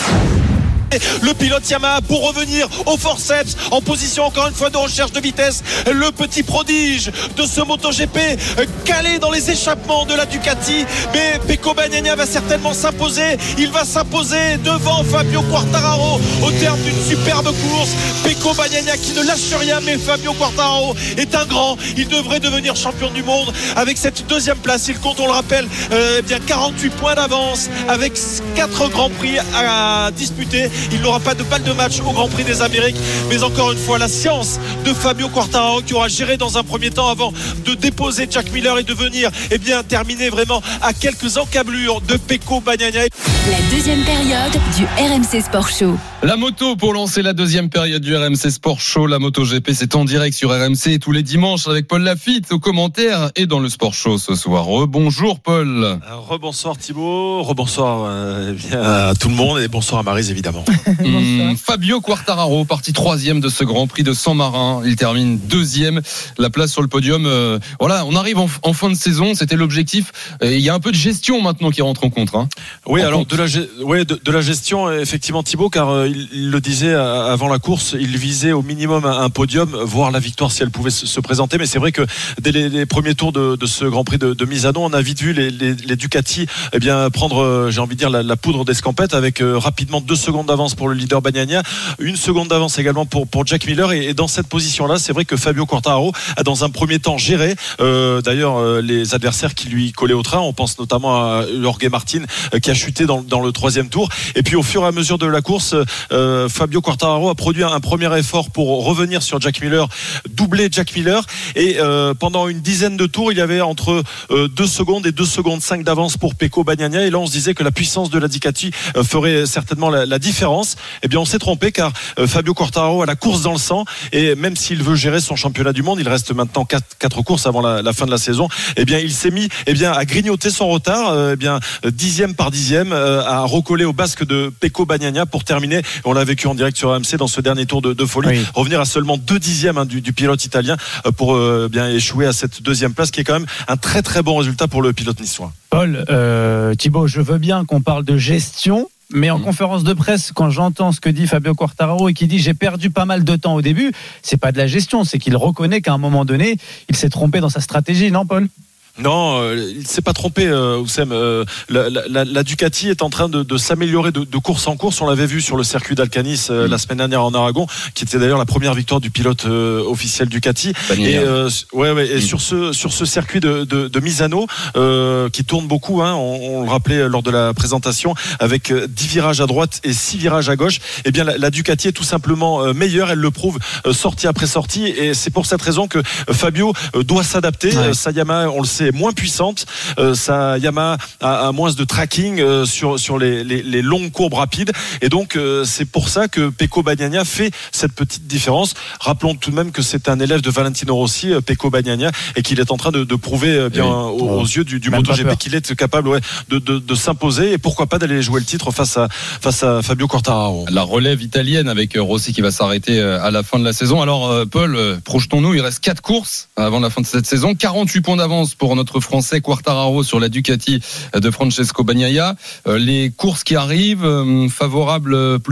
Le pilote Yamaha pour revenir au forceps en position encore une fois de recherche de vitesse. Le petit prodige de ce MotoGP calé dans les échappements de la Ducati. Mais Pecco Bagnaia va certainement s'imposer. Il va s'imposer devant Fabio Quartararo au terme d'une superbe course. Pecco Bagnaia qui ne lâche rien, mais Fabio Quartararo est un grand. Il devrait devenir champion du monde avec cette deuxième place. Il compte, on le rappelle, euh, eh bien quarante-huit points d'avance avec quatre grands prix à disputer. Il n'aura pas de balle de match au Grand Prix des Amériques, mais encore une fois la science de Fabio Quartararo qui aura géré dans un premier temps avant de déposer Jack Miller et de venir eh bien, terminer vraiment à quelques encablures de Pecco Bagnaia. La deuxième période du R M C Sport Show. La moto pour lancer la deuxième période du R M C Sport Show. La MotoGP, c'est en direct sur R M C tous les dimanches avec Paul Lafitte aux commentaires et dans le Sport Show ce soir. Rebonjour Paul. Rebonsoir Thibaut, rebonsoir euh, bien à tout le monde et bonsoir à Maryse évidemment. Mmh, Fabio Quartararo, parti troisième de ce Grand Prix de San Marin. Il termine deuxième, la place sur le podium. Euh, voilà, on arrive en, en fin de saison, c'était l'objectif. Il y a un peu de gestion maintenant qui rentre en compte. Hein. Oui, en alors compte. de la, ouais, de, de la gestion, effectivement Thibaut, car euh, il, il le disait avant la course, il visait au minimum un podium, voire la victoire si elle pouvait se, se présenter. Mais c'est vrai que dès les, les premiers tours de, de ce Grand Prix de, de Misano, on a vite vu les, les, les Ducati eh bien, prendre, euh, j'ai envie de dire, la, la poudre d'escampette avec euh, rapidement deux secondes d'avance pour le leader Bagnaia, une seconde d'avance également pour, pour Jack Miller. Et, et dans cette position-là, c'est vrai que Fabio Quartararo a dans un premier temps géré euh, d'ailleurs euh, les adversaires qui lui collaient au train. On pense notamment à Jorge Martin euh, qui a chuté dans, dans le troisième tour. Et puis au fur et à mesure de la course, euh, Fabio Quartararo a produit un, un premier effort pour revenir sur Jack Miller, doubler Jack Miller. Et euh, pendant une dizaine de tours, il y avait entre euh, deux secondes et deux secondes cinq d'avance pour Pecco Bagnaia. Et là, on se disait que la puissance de la Ducati euh, ferait certainement la, la différence. Eh bien, on s'est trompé car euh, Fabio Quartararo a la course dans le sang et même s'il veut gérer son championnat du monde, il reste maintenant quatre, quatre courses avant la, la fin de la saison. Eh bien, il s'est mis eh bien à grignoter son retard, euh, eh bien dixième par dixième, euh, à recoller au basque de Pecco Bagnaia pour terminer. On l'a vécu en direct sur R M C dans ce dernier tour de, de folie. Oui. Revenir à seulement deux dixièmes hein, du, du pilote italien euh, pour euh, bien échouer à cette deuxième place, qui est quand même un très très bon résultat pour le pilote niçois. Paul, euh, Thibaut, je veux bien qu'on parle de gestion. Mais en mmh. conférence de presse, quand j'entends ce que dit Fabio Quartararo et qui dit j'ai perdu pas mal de temps au début, c'est pas de la gestion, c'est qu'il reconnaît qu'à un moment donné, il s'est trompé dans sa stratégie, non Paul ? Non, euh, il ne s'est pas trompé, euh, Oussem. Euh, la, la, la Ducati est en train de, de s'améliorer de, de course en course. On l'avait vu sur le circuit d'Alcanis euh, mmh. la semaine dernière en Aragon, qui était d'ailleurs la première victoire du pilote euh, officiel Ducati. Et, euh, ouais, ouais, et mmh. sur ce sur ce circuit de, de, de Misano, euh, qui tourne beaucoup, hein, on, on le rappelait lors de la présentation, avec dix virages à droite et six virages à gauche. Eh bien, la, la Ducati est tout simplement euh, meilleure. Elle le prouve euh, sortie après sortie, et c'est pour cette raison que euh, Fabio euh, doit s'adapter. Ouais. Euh, sa Yamaha, on le sait, moins puissante, euh, sa Yamaha a, a moins de tracking euh, sur sur les, les, les longues courbes rapides, et donc euh, c'est pour ça que Pecco Bagnaia fait cette petite différence. Rappelons tout de même que c'est un élève de Valentino Rossi, euh, Pecco Bagnaia, et qu'il est en train de, de prouver euh, bien oui. aux, aux yeux du, du MotoGP qu'il est capable ouais, de, de, de s'imposer, et pourquoi pas d'aller jouer le titre face à face à Fabio Quartararo. La relève italienne avec Rossi qui va s'arrêter à la fin de la saison. Alors Paul, projetons-nous, il reste quatre courses avant la fin de cette saison, quarante-huit points d'avance pour notre Français Quartararo sur la Ducati de Francesco Bagnaia. Les courses qui arrivent, favorables plutôt à qui ?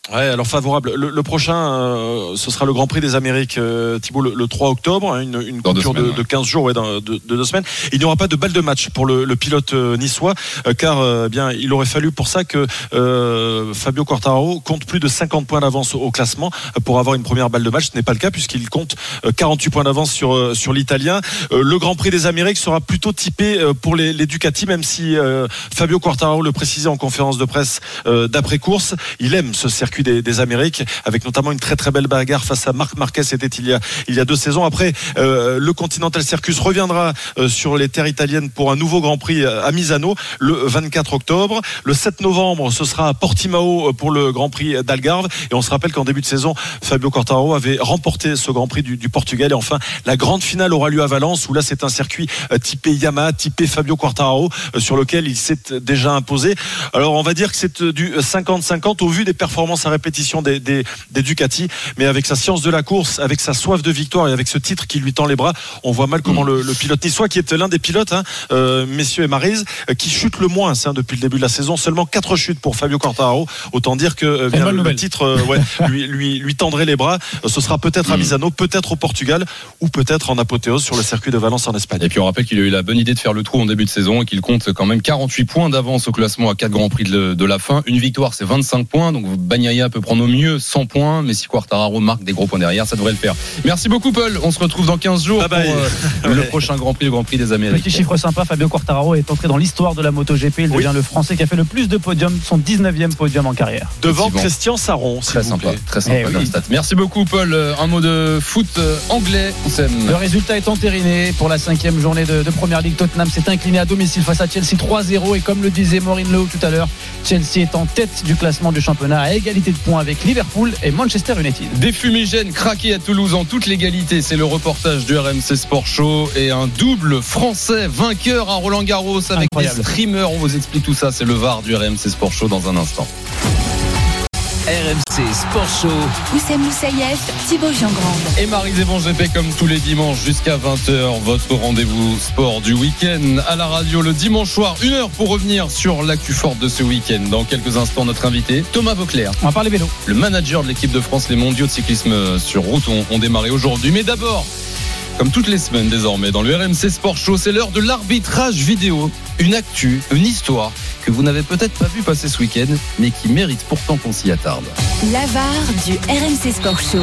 Ouais, alors favorable. Le, le prochain, euh, ce sera le Grand Prix des Amériques, euh, Thibaut, le, le trois octobre, une, une coupure de, de quinze jours, ouais, de, de, de deux semaines. Il n'y aura pas de balle de match pour le, le pilote euh, niçois, euh, car euh, bien, il aurait fallu pour ça que euh, Fabio Quartararo compte plus de cinquante points d'avance au, au classement pour avoir une première balle de match. Ce n'est pas le cas puisqu'il compte euh, quarante-huit points d'avance sur euh, sur l'Italien. Euh, le Grand Prix des Amériques sera plutôt typé euh, pour les, les Ducati, même si euh, Fabio Quartararo le précisait en conférence de presse euh, d'après course, il aime ce circuit Des, des Amériques, avec notamment une très très belle bagarre face à Marc Marquez. C'était il y a il y a deux saisons. Après, euh, le Continental Circus reviendra euh, sur les terres italiennes pour un nouveau Grand Prix à Misano le vingt-quatre octobre. Le sept novembre, ce sera à Portimao pour le Grand Prix d'Algarve. Et on se rappelle qu'en début de saison, Fabio Quartararo avait remporté ce Grand Prix du, du Portugal. Et enfin, la grande finale aura lieu à Valence, où là c'est un circuit euh, typé Yamaha, typé Fabio Quartararo, euh, sur lequel il s'est déjà imposé. Alors on va dire que c'est du cinquante cinquante au vu des performances à répétition des, des, des Ducati, mais avec sa science de la course, avec sa soif de victoire et avec ce titre qui lui tend les bras, on voit mal comment mmh. le, le pilote niçois, qui est l'un des pilotes, hein, euh, messieurs et Maryse, euh, qui chute le moins hein, depuis le début de la saison. Seulement quatre chutes pour Fabio Quartararo. Autant dire que euh, bien, le, le titre euh, ouais, lui, lui, lui tendrait les bras. Euh, ce sera peut-être à Misano, peut-être au Portugal, ou peut-être en apothéose sur le circuit de Valence en Espagne. Et puis on rappelle qu'il a eu la bonne idée de faire le trou en début de saison et qu'il compte quand même quarante-huit points d'avance au classement à quatre Grands Prix de, de la fin. Une victoire, c'est vingt-cinq points, donc Bagnaia peut prendre au mieux cent points, mais si Quartararo marque des gros points derrière, ça devrait le faire. Merci beaucoup Paul, on se retrouve dans quinze jours bye bye. pour euh, le prochain Grand Prix, le Grand Prix des Amériques. Petit chiffre sympa, Fabio Quartararo est entré dans l'histoire de la MotoGP, il devient oui. le Français qui a fait le plus de podiums, son dix-neuvième podium en carrière. Devant Christian Saron, très sympa, plaît. très sympa. Eh oui. Merci beaucoup Paul, un mot de foot anglais. Le résultat est entériné pour la cinquième journée de, de Première Ligue. Tottenham s'est incliné à domicile face à Chelsea trois zéro et comme le disait Maureen Lowe tout à l'heure, Chelsea est en tête du classement du championnat à égalité de points avec Liverpool et Manchester United. Des fumigènes craqués à Toulouse en toute légalité, c'est le reportage du R M C Sport Show et un double français vainqueur à Roland-Garros avec Incroyable. Des streamers. On vous explique tout ça, c'est le V A R du R M C Sport Show dans un instant. R M C Sport Show. Oussem Moussaïef, Thibaut Jean-Grande. Et Marie-Zévan G P comme tous les dimanches jusqu'à vingt heures. Votre rendez-vous sport du week-end à la radio le dimanche soir. Une heure pour revenir sur l'actu forte de ce week-end. Dans quelques instants, notre invité, Thomas Vauclair. On va parler vélo. Le manager de l'équipe de France, les mondiaux de cyclisme sur route ont, ont démarré aujourd'hui. Mais d'abord, comme toutes les semaines désormais, dans le R M C Sport Show, c'est l'heure de l'arbitrage vidéo. Une actu, une histoire que vous n'avez peut-être pas vu passer ce week-end, mais qui mérite pourtant qu'on s'y attarde. La V A R du R M C Sport Show.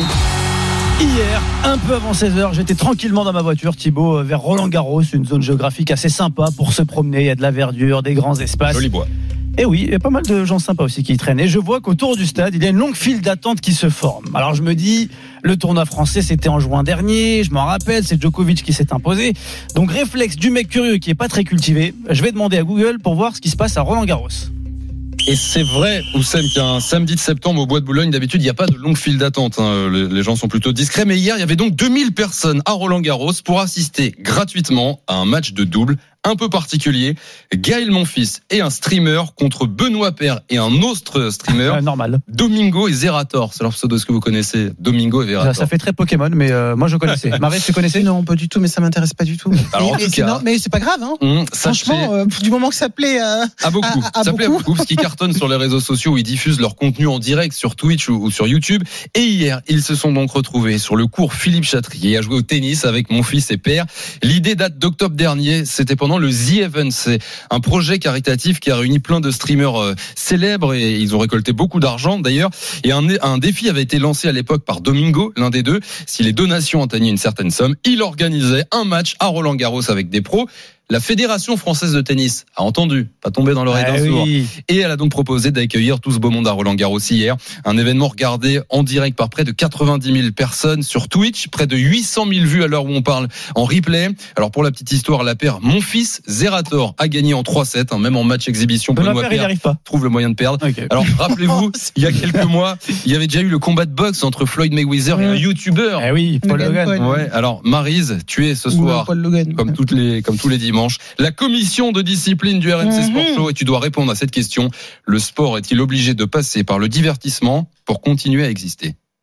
Hier, un peu avant seize heures, j'étais tranquillement dans ma voiture, Thibaut, vers Roland-Garros, une zone géographique assez sympa pour se promener. Il y a de la verdure, des grands espaces. Joli bois. Et oui, il y a pas mal de gens sympas aussi qui y traînent. Et je vois qu'autour du stade, il y a une longue file d'attente qui se forme. Alors je me dis, le tournoi français, c'était en juin dernier, je m'en rappelle, c'est Djokovic qui s'est imposé. Donc réflexe du mec curieux qui est pas très cultivé, je vais demander à Google pour voir ce qui se passe à Roland-Garros. Et c'est vrai, Oussem, qu'un samedi de septembre au Bois de Boulogne, d'habitude, il n'y a pas de longue file d'attente. Hein. Les gens sont plutôt discrets. Mais hier, il y avait donc deux mille personnes à Roland-Garros pour assister gratuitement à un match de double un peu particulier. Gaël Monfils et un streamer contre Benoît Paire et un autre streamer. Ouais, normal. Domingo et Zerator. C'est leur pseudo, ce que vous connaissez. Domingo et Zerator. Ça, ça fait très Pokémon, mais euh, moi je connaissais. Marie, tu connaissais? Non, pas du tout, mais ça m'intéresse pas du tout. Alors, en et, tout cas, non, mais c'est pas grave, hein. Hum, Franchement, euh, du moment que ça plaît euh, à beaucoup, à, à ça plaît à beaucoup, parce qu'ils cartonnent sur les réseaux sociaux où ils diffusent leur contenu en direct sur Twitch ou, ou sur YouTube. Et hier, ils se sont donc retrouvés sur le cours Philippe Chatrier à jouer au tennis avec Monfils et Paire. L'idée date d'octobre dernier. C'était pendant le The Event. C'est un projet caritatif qui a réuni plein de streamers euh, célèbres et ils ont récolté beaucoup d'argent d'ailleurs. Et un, un défi avait été lancé à l'époque par Domingo, l'un des deux. Si les donations atteignaient une certaine somme, il organisait un match à Roland-Garros avec des pros. La Fédération française de tennis a entendu, pas tombé dans l'oreille ah d'un sourd, oui. et elle a donc proposé d'accueillir tout ce beau monde à Roland-Garros hier. Un événement regardé en direct par près de quatre-vingt-dix mille personnes sur Twitch, près de huit cent mille vues à l'heure où on parle en replay. Alors pour la petite histoire, la paire Monfils Zerator a gagné en trois sept, hein, même en match exhibition. Benoît Paire, il n'y arrive pas. Trouve le moyen de perdre. Okay. Alors rappelez-vous, il y a quelques mois, il y avait déjà eu le combat de boxe entre Floyd Mayweather ouais. et un YouTuber. Eh oui, Paul Logan. Logan. Ouais. Alors Maryse, tu es ce soir, Paul Logan. comme toutes les, comme tous les dimanches, la commission de discipline du R M C Sport Show et tu dois répondre à cette question. Le sport est-il obligé de passer par le divertissement pour continuer à exister ?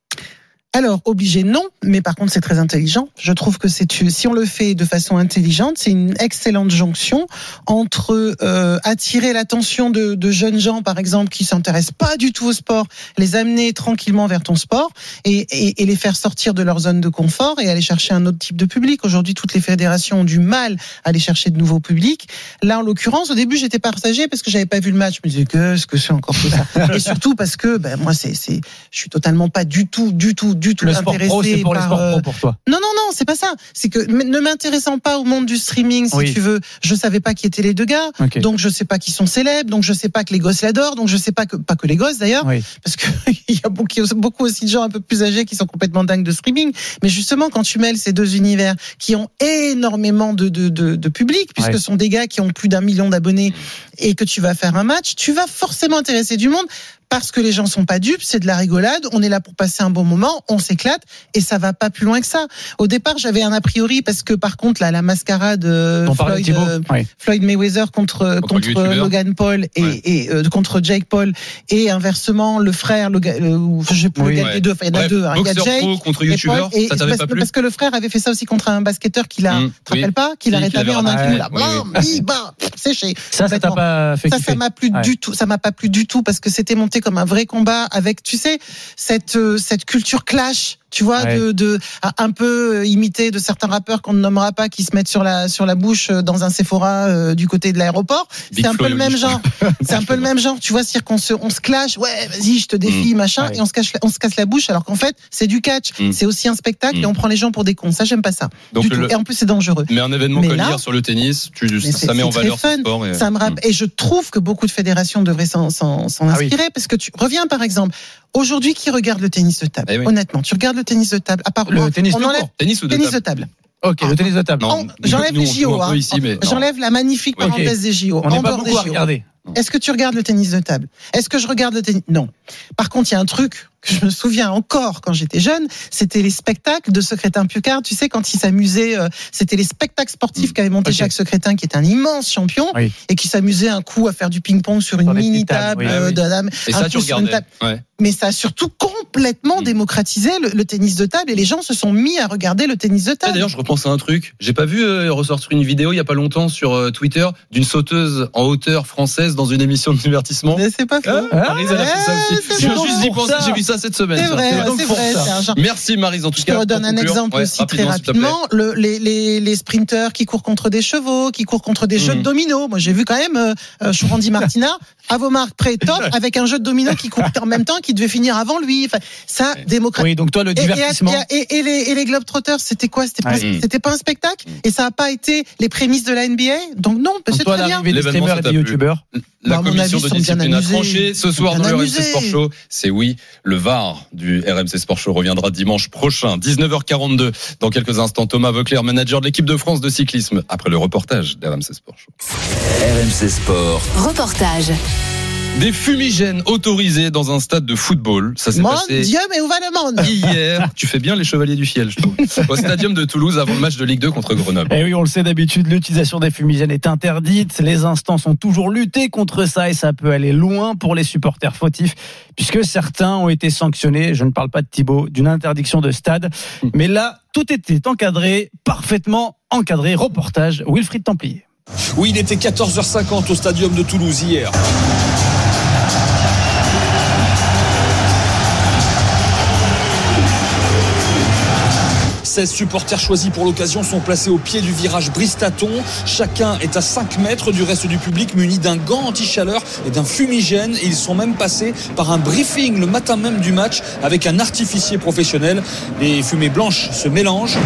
Alors, obligé, non, mais par contre, c'est très intelligent. Je trouve que c'est, si on le fait de façon intelligente, c'est une excellente jonction entre euh, attirer l'attention de, de jeunes gens, par exemple, qui s'intéressent pas du tout au sport, les amener tranquillement vers ton sport et, et, et les faire sortir de leur zone de confort et aller chercher un autre type de public. Aujourd'hui, toutes les fédérations ont du mal à aller chercher de nouveaux publics. Là, en l'occurrence, au début, j'étais partagée parce que j'avais pas vu le match. Je me disais, qu'est-ce que c'est encore tout ça? Et surtout parce que, ben, moi, c'est, c'est, je suis totalement pas du tout, du tout, du tout le sport intéressé pro, c'est pour par, les sports pro pour toi. Non, non, non, c'est pas ça. C'est que ne m'intéressant pas au monde du streaming, si oui. tu veux, je savais pas qui étaient les deux gars, okay. donc je sais pas qui sont célèbres, donc je sais pas que les gosses l'adorent, donc je sais pas que pas que les gosses d'ailleurs, oui. parce que il y a beaucoup, beaucoup aussi de gens un peu plus âgés qui sont complètement dingues de streaming. Mais justement, quand tu mêles ces deux univers qui ont énormément de de de, de public, puisque ouais. ce sont des gars qui ont plus d'un million d'abonnés, et que tu vas faire un match, tu vas forcément intéresser du monde. Parce que les gens sont pas dupes, c'est de la rigolade, on est là pour passer un bon moment, on s'éclate et ça va pas plus loin que ça. Au départ, j'avais un a priori parce que par contre là la mascarade euh, Floyd, euh, ouais. Floyd Mayweather contre contre, contre Logan Paul et, ouais. et euh, contre Jake Paul et inversement le frère le, le je sais plus oui, le gars ouais. des deux, enfin il y en a Bref, deux, hein, il y a Jake pro contre youtubeur, ça t'avait parce, pas plu parce que le frère avait fait ça aussi contre un basketteur qu'il a, mmh, tu te rappelles oui. pas, qu'il a rétabli en un coup là, blam, bam, séché. Ça ça t'a pas fait Ça ça m'a plu du tout, ça m'a pas plu du tout parce que c'était monté comme un vrai combat avec, tu sais, cette euh, cette culture clash, tu vois, ouais. de de un peu imité de certains rappeurs qu'on ne nommera pas, qui se mettent sur la sur la bouche dans un Sephora euh, du côté de l'aéroport. Big c'est un peu le même genre. C'est un peu le même genre, tu vois, c'est-à-dire qu'on se on se clash, ouais, vas-y, je te défie, mmh. machin, ouais. et on se cache on se casse la bouche, alors qu'en fait c'est du catch, mmh. c'est aussi un spectacle mmh. et on prend les gens pour des cons. Ça j'aime pas ça. Donc du le... tout. Et en plus c'est dangereux. Mais un événement comme hier sur le tennis, tu ça c'est, met en valeur fun. ce sport. Et... Ça me rapp... mmh. et je trouve que beaucoup de fédérations devraient s'en s'en, s'en inspirer ah oui. parce que tu reviens par exemple. Aujourd'hui, qui regarde le tennis de table? Eh oui. Honnêtement, tu regardes le tennis de table. À part le moi, tennis, on enlève tennis ou de tennis table. De table. Ok, ah, le tennis de table. Non, j'enlève nous, les J O. Hein. Ici, mais j'enlève la magnifique okay. parenthèse des J O. On n'est pas beaucoup à regarder. Est-ce que tu regardes le tennis de table? Est-ce que je regarde le tennis? Non. Par contre, il y a un truc que je me souviens encore quand j'étais jeune, c'était les spectacles de Secrétin Pucard. Tu sais, quand il s'amusait, euh, c'était les spectacles sportifs mmh. qu'avait monté okay. Jacques Secrétin, qui est un immense champion, oui. et qui s'amusait un coup à faire du ping-pong sur, sur une mini table, oui. euh, de dame. Et ça, tu regardais. Ouais. Mais ça a surtout complètement mmh. démocratisé le, le tennis de table, et les gens se sont mis à regarder le tennis de table. Et d'ailleurs, je repense à un truc. J'ai pas vu euh, ressortir une vidéo il y a pas longtemps sur euh, Twitter d'une sauteuse en hauteur française dans une émission de divertissement. Mais c'est pas faux. Hein ah, Maryse, elle a fait ça aussi. Je viens juste d'y penser. J'ai vu ça cette semaine. C'est vrai, c'est vrai. C'est un genre... Merci Maryse en tout je cas. Je te redonne un exemple ouais, aussi très rapidement. Le, les, les, les sprinteurs qui courent contre des chevaux, qui courent contre des mmh. jeux de dominos. Moi, j'ai vu quand même euh, Chourandi Martina, Avomark pré top, avec un jeu de dominos qui court en même temps, qui devait finir avant lui. Enfin, ça démocratise. Oui, donc toi le divertissement. Et, et, et, et, les, et les Globetrotters, c'était quoi? C'était pas, ouais. c'était pas un spectacle, et ça a pas été les prémices de la N B A. Donc non, c'est toi, très bien. L'arrivée des streamers et des youtubeurs. La bah, commission de discipline a tranché ce soir dans le R M C Sport Show. C'est oui, le V A R du R M C Sport Show reviendra dimanche prochain, dix-neuf heures quarante-deux. Dans quelques instants, Thomas Voeckler, manager de l'équipe de France de cyclisme, après le reportage d'R M C Sport Show. R M C Sport. Reportage. Des fumigènes autorisés dans un stade de football. Ça s'est Mon passé. Dieu, mais où va le monde? Hier, tu fais bien les chevaliers du fiel, je trouve. Au stadium de Toulouse avant le match de Ligue deux contre Grenoble. Et oui, on le sait d'habitude, l'utilisation des fumigènes est interdite. Les instances ont toujours lutté contre ça et ça peut aller loin pour les supporters fautifs, puisque certains ont été sanctionnés. Je ne parle pas de Thibaut, d'une interdiction de stade. Mais là, tout était encadré, parfaitement encadré. Reportage Wilfried Templier. Oui, il était quatorze heures cinquante au stadium de Toulouse hier. seize supporters choisis pour l'occasion sont placés au pied du virage Bristaton. Chacun est à cinq mètres du reste du public, muni d'un gant anti-chaleur et d'un fumigène. Et ils sont même passés par un briefing le matin même du match avec un artificier professionnel. Les fumées blanches se mélangent.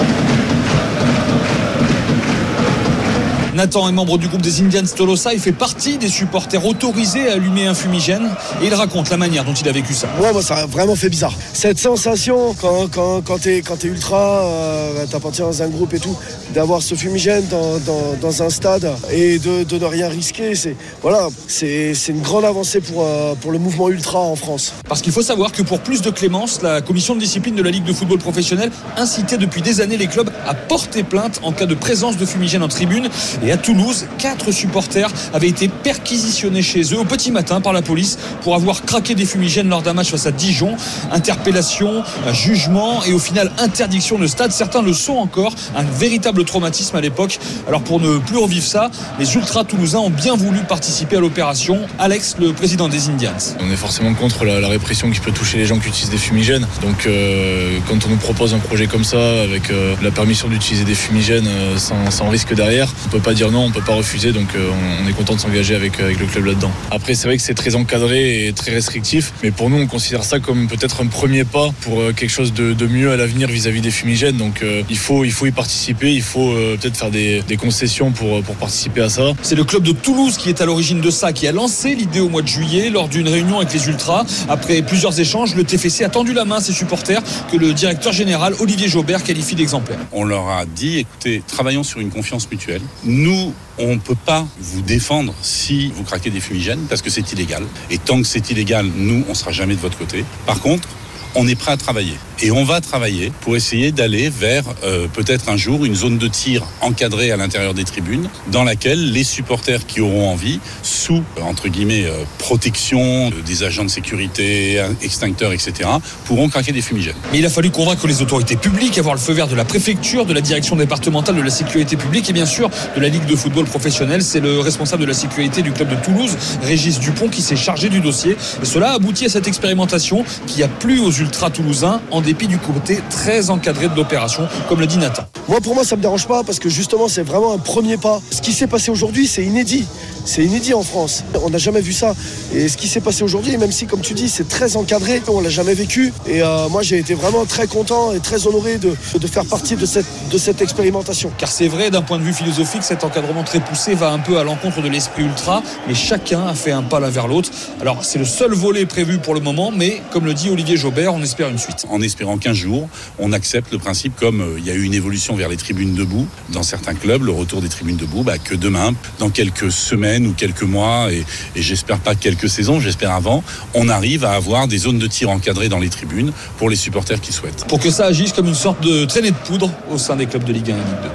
Nathan est membre du groupe des Indians Tolosa. Il fait partie des supporters autorisés à allumer un fumigène et il raconte la manière dont il a vécu ça. Ouais, moi ça a vraiment fait bizarre. Cette sensation quand, quand, quand t'es quand t'es ultra, euh, t'appartiens dans un groupe et tout, d'avoir ce fumigène dans, dans, dans un stade et de, de ne rien risquer, c'est voilà, c'est, c'est une grande avancée pour, euh, pour le mouvement ultra en France. Parce qu'il faut savoir que pour plus de clémence, la commission de discipline de la Ligue de football professionnel incitait depuis des années les clubs à porter plainte en cas de présence de fumigène en tribune. Et Et à Toulouse, quatre supporters avaient été perquisitionnés chez eux au petit matin par la police pour avoir craqué des fumigènes lors d'un match face à Dijon. Interpellation, jugement et au final interdiction de stade. Certains le sont encore, un véritable traumatisme à l'époque. Alors pour ne plus revivre ça, les ultras toulousains ont bien voulu participer à l'opération. Alex, le président des Indians. On est forcément contre la, la répression qui peut toucher les gens qui utilisent des fumigènes. Donc euh, quand on nous propose un projet comme ça, avec euh, la permission d'utiliser des fumigènes euh, sans, sans risque derrière, on peut pas dire non, on peut pas refuser. Donc euh, on est content de s'engager avec, avec le club là-dedans. Après c'est vrai que c'est très encadré et très restrictif, mais pour nous on considère ça comme peut-être un premier pas pour euh, quelque chose de, de mieux à l'avenir vis-à-vis des fumigènes. Donc euh, il faut, il faut y participer, il faut euh, peut-être faire des, des concessions pour, pour participer à ça. C'est le club de Toulouse qui est à l'origine de ça, qui a lancé l'idée au mois de juillet lors d'une réunion avec les ultras. Après plusieurs échanges, le T F C a tendu la main à ses supporters que le directeur général Olivier Jaubert qualifie d'exemplaires. On leur a dit, écoutez, travaillons sur une confiance mutuelle. Nous, on ne peut pas vous défendre si vous craquez des fumigènes parce que c'est illégal. Et tant que c'est illégal, nous, on ne sera jamais de votre côté. Par contre, on est prêt à travailler. Et on va travailler pour essayer d'aller vers euh, peut-être un jour une zone de tir encadrée à l'intérieur des tribunes dans laquelle les supporters qui auront envie, sous, euh, entre guillemets, euh, protection euh, des agents de sécurité, extincteurs, et cetera, pourront craquer des fumigènes. Mais il a fallu convaincre les autorités publiques, avoir le feu vert de la préfecture, de la direction départementale de la sécurité publique et bien sûr de la Ligue de football professionnel. C'est le responsable de la sécurité du club de Toulouse, Régis Dupont, qui s'est chargé du dossier. Et cela a abouti à cette expérimentation qui a plu aux ultras toulousains en dépit du côté très encadré de l'opération, comme le dit Nathan. Moi, pour moi, ça me dérange pas parce que justement, c'est vraiment un premier pas. Ce qui s'est passé aujourd'hui, c'est inédit. C'est inédit en France. On n'a jamais vu ça. Et ce qui s'est passé aujourd'hui, même si, comme tu dis, c'est très encadré, on l'a jamais vécu. Et euh, moi, j'ai été vraiment très content et très honoré de, de faire partie de cette, de cette expérimentation. Car c'est vrai, d'un point de vue philosophique, cet encadrement très poussé va un peu à l'encontre de l'esprit ultra, mais chacun a fait un pas l'un vers l'autre. Alors, c'est le seul volet prévu pour le moment, mais comme le dit Olivier Jaubert, on espère une suite. En espérant quinze jours, on accepte le principe, comme euh, il y a eu une évolution vers les tribunes debout dans certains clubs, le retour des tribunes debout, bah, que demain, dans quelques semaines ou quelques mois, et, et j'espère pas quelques saisons, j'espère avant, on arrive à avoir des zones de tir encadrées dans les tribunes pour les supporters qui souhaitent. Pour que ça agisse comme une sorte de traînée de poudre au sein des clubs de Ligue un et Ligue deux.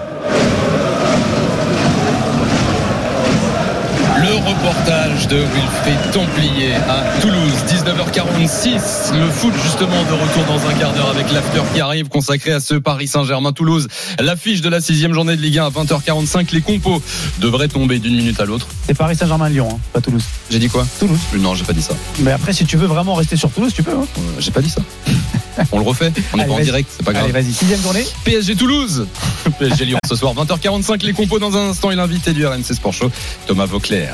Le reportage de Wilfried Templier à Toulouse, dix-neuf heures quarante-six. Le foot justement de retour dans un quart d'heure avec l'after qui arrive consacré à ce Paris Saint-Germain-Toulouse. L'affiche de la sixième journée de Ligue un à vingt heures quarante-cinq. Les compos devraient tomber d'une minute à l'autre. C'est Paris Saint-Germain-Lyon, hein, pas Toulouse. J'ai dit quoi ? Toulouse. Non, j'ai pas dit ça. Mais après, si tu veux vraiment rester sur Toulouse, tu peux. Hein. Euh, j'ai pas dit ça. On le refait. On n'est pas en direct, c'est pas grave. Allez, vas-y, sixième journée. P S G Toulouse. P S G Lyon ce soir, vingt heures quarante-cinq. Les compos dans un instant et l'invité du R M C Sport Show, Thomas Vauclair.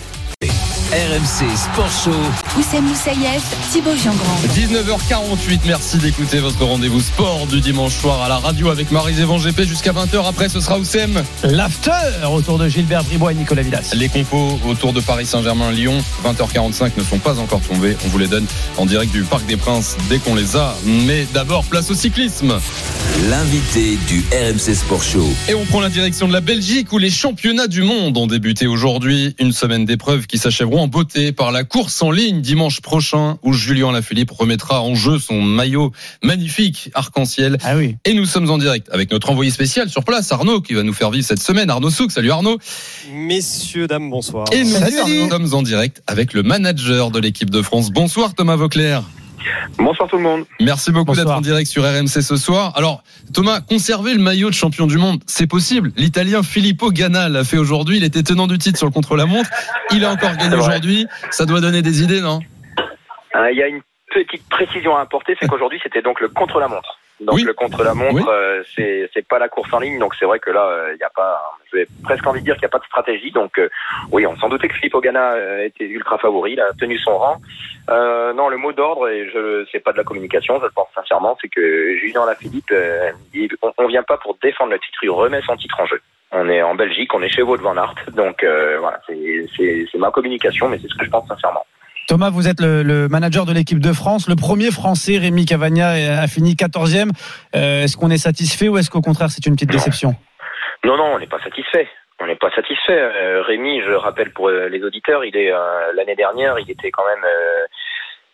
R M C Sport Show. Oussem Moussaïef, Thibaut Jean-Grand. dix-neuf heures quarante-huit, merci d'écouter votre rendez-vous sport du dimanche soir à la radio avec Marie-Zévan G P jusqu'à vingt heures. Après, ce sera Oussem. L'after autour de Gilbert Bribois et Nicolas Villas. Les compos autour de Paris Saint-Germain-Lyon, vingt heures quarante-cinq, ne sont pas encore tombés. On vous les donne en direct du Parc des Princes dès qu'on les a. Mais d'abord, place au cyclisme. L'invité du R M C Sport Show. Et on prend la direction de la Belgique où les championnats du monde ont débuté aujourd'hui. Une semaine d'épreuves qui s'achèveront en beauté par la course en ligne dimanche prochain où Julien Lafilippe remettra en jeu son maillot magnifique arc-en-ciel. Ah oui. Et nous sommes en direct avec notre envoyé spécial sur place, Arnaud, qui va nous faire vivre cette semaine. Arnaud Souk, salut Arnaud. Messieurs, dames, bonsoir. Et nous Salut, sommes en direct avec le manager de l'équipe de France. Bonsoir Thomas Vauclair. Bonsoir tout le monde. Merci beaucoup Bonsoir. d'être en direct sur R M C ce soir. Alors Thomas, conserver le maillot de champion du monde, c'est possible. L'Italien Filippo Ganna l'a fait aujourd'hui. Il était tenant du titre sur le contre-la-montre. Il a encore gagné aujourd'hui. Ça doit donner des idées, non ? Euh, Il y a une petite précision à apporter, c'est qu'aujourd'hui c'était donc le contre-la-montre. Donc oui. le contre-la-montre, Oui. euh, c'est c'est pas la course en ligne, donc c'est vrai que là il euh, y a pas, j'ai presque envie de dire qu'il y a pas de stratégie. Donc euh, oui, on s'en doutait que Filippo Ganna euh, était ultra favori, il a tenu son rang. Euh, non, le mot d'ordre, et je c'est pas de la communication, je le pense sincèrement, c'est que Julien Lafilippe, euh, il, on, on vient pas pour défendre le titre, il remet son titre en jeu. On est en Belgique, on est chez Wout van Aert, donc euh, voilà, c'est c'est c'est ma communication, mais c'est ce que je pense sincèrement. Thomas, vous êtes le, le manager de l'équipe de France. Le premier Français, Rémi Cavagna, a fini quatorzième. Euh, est-ce qu'on est satisfait ou est-ce qu'au contraire c'est une petite déception ? Non, non, on n'est pas satisfait. On n'est pas satisfait. Euh, Rémi, je rappelle pour euh, les auditeurs, il est euh, l'année dernière, il était quand même, euh,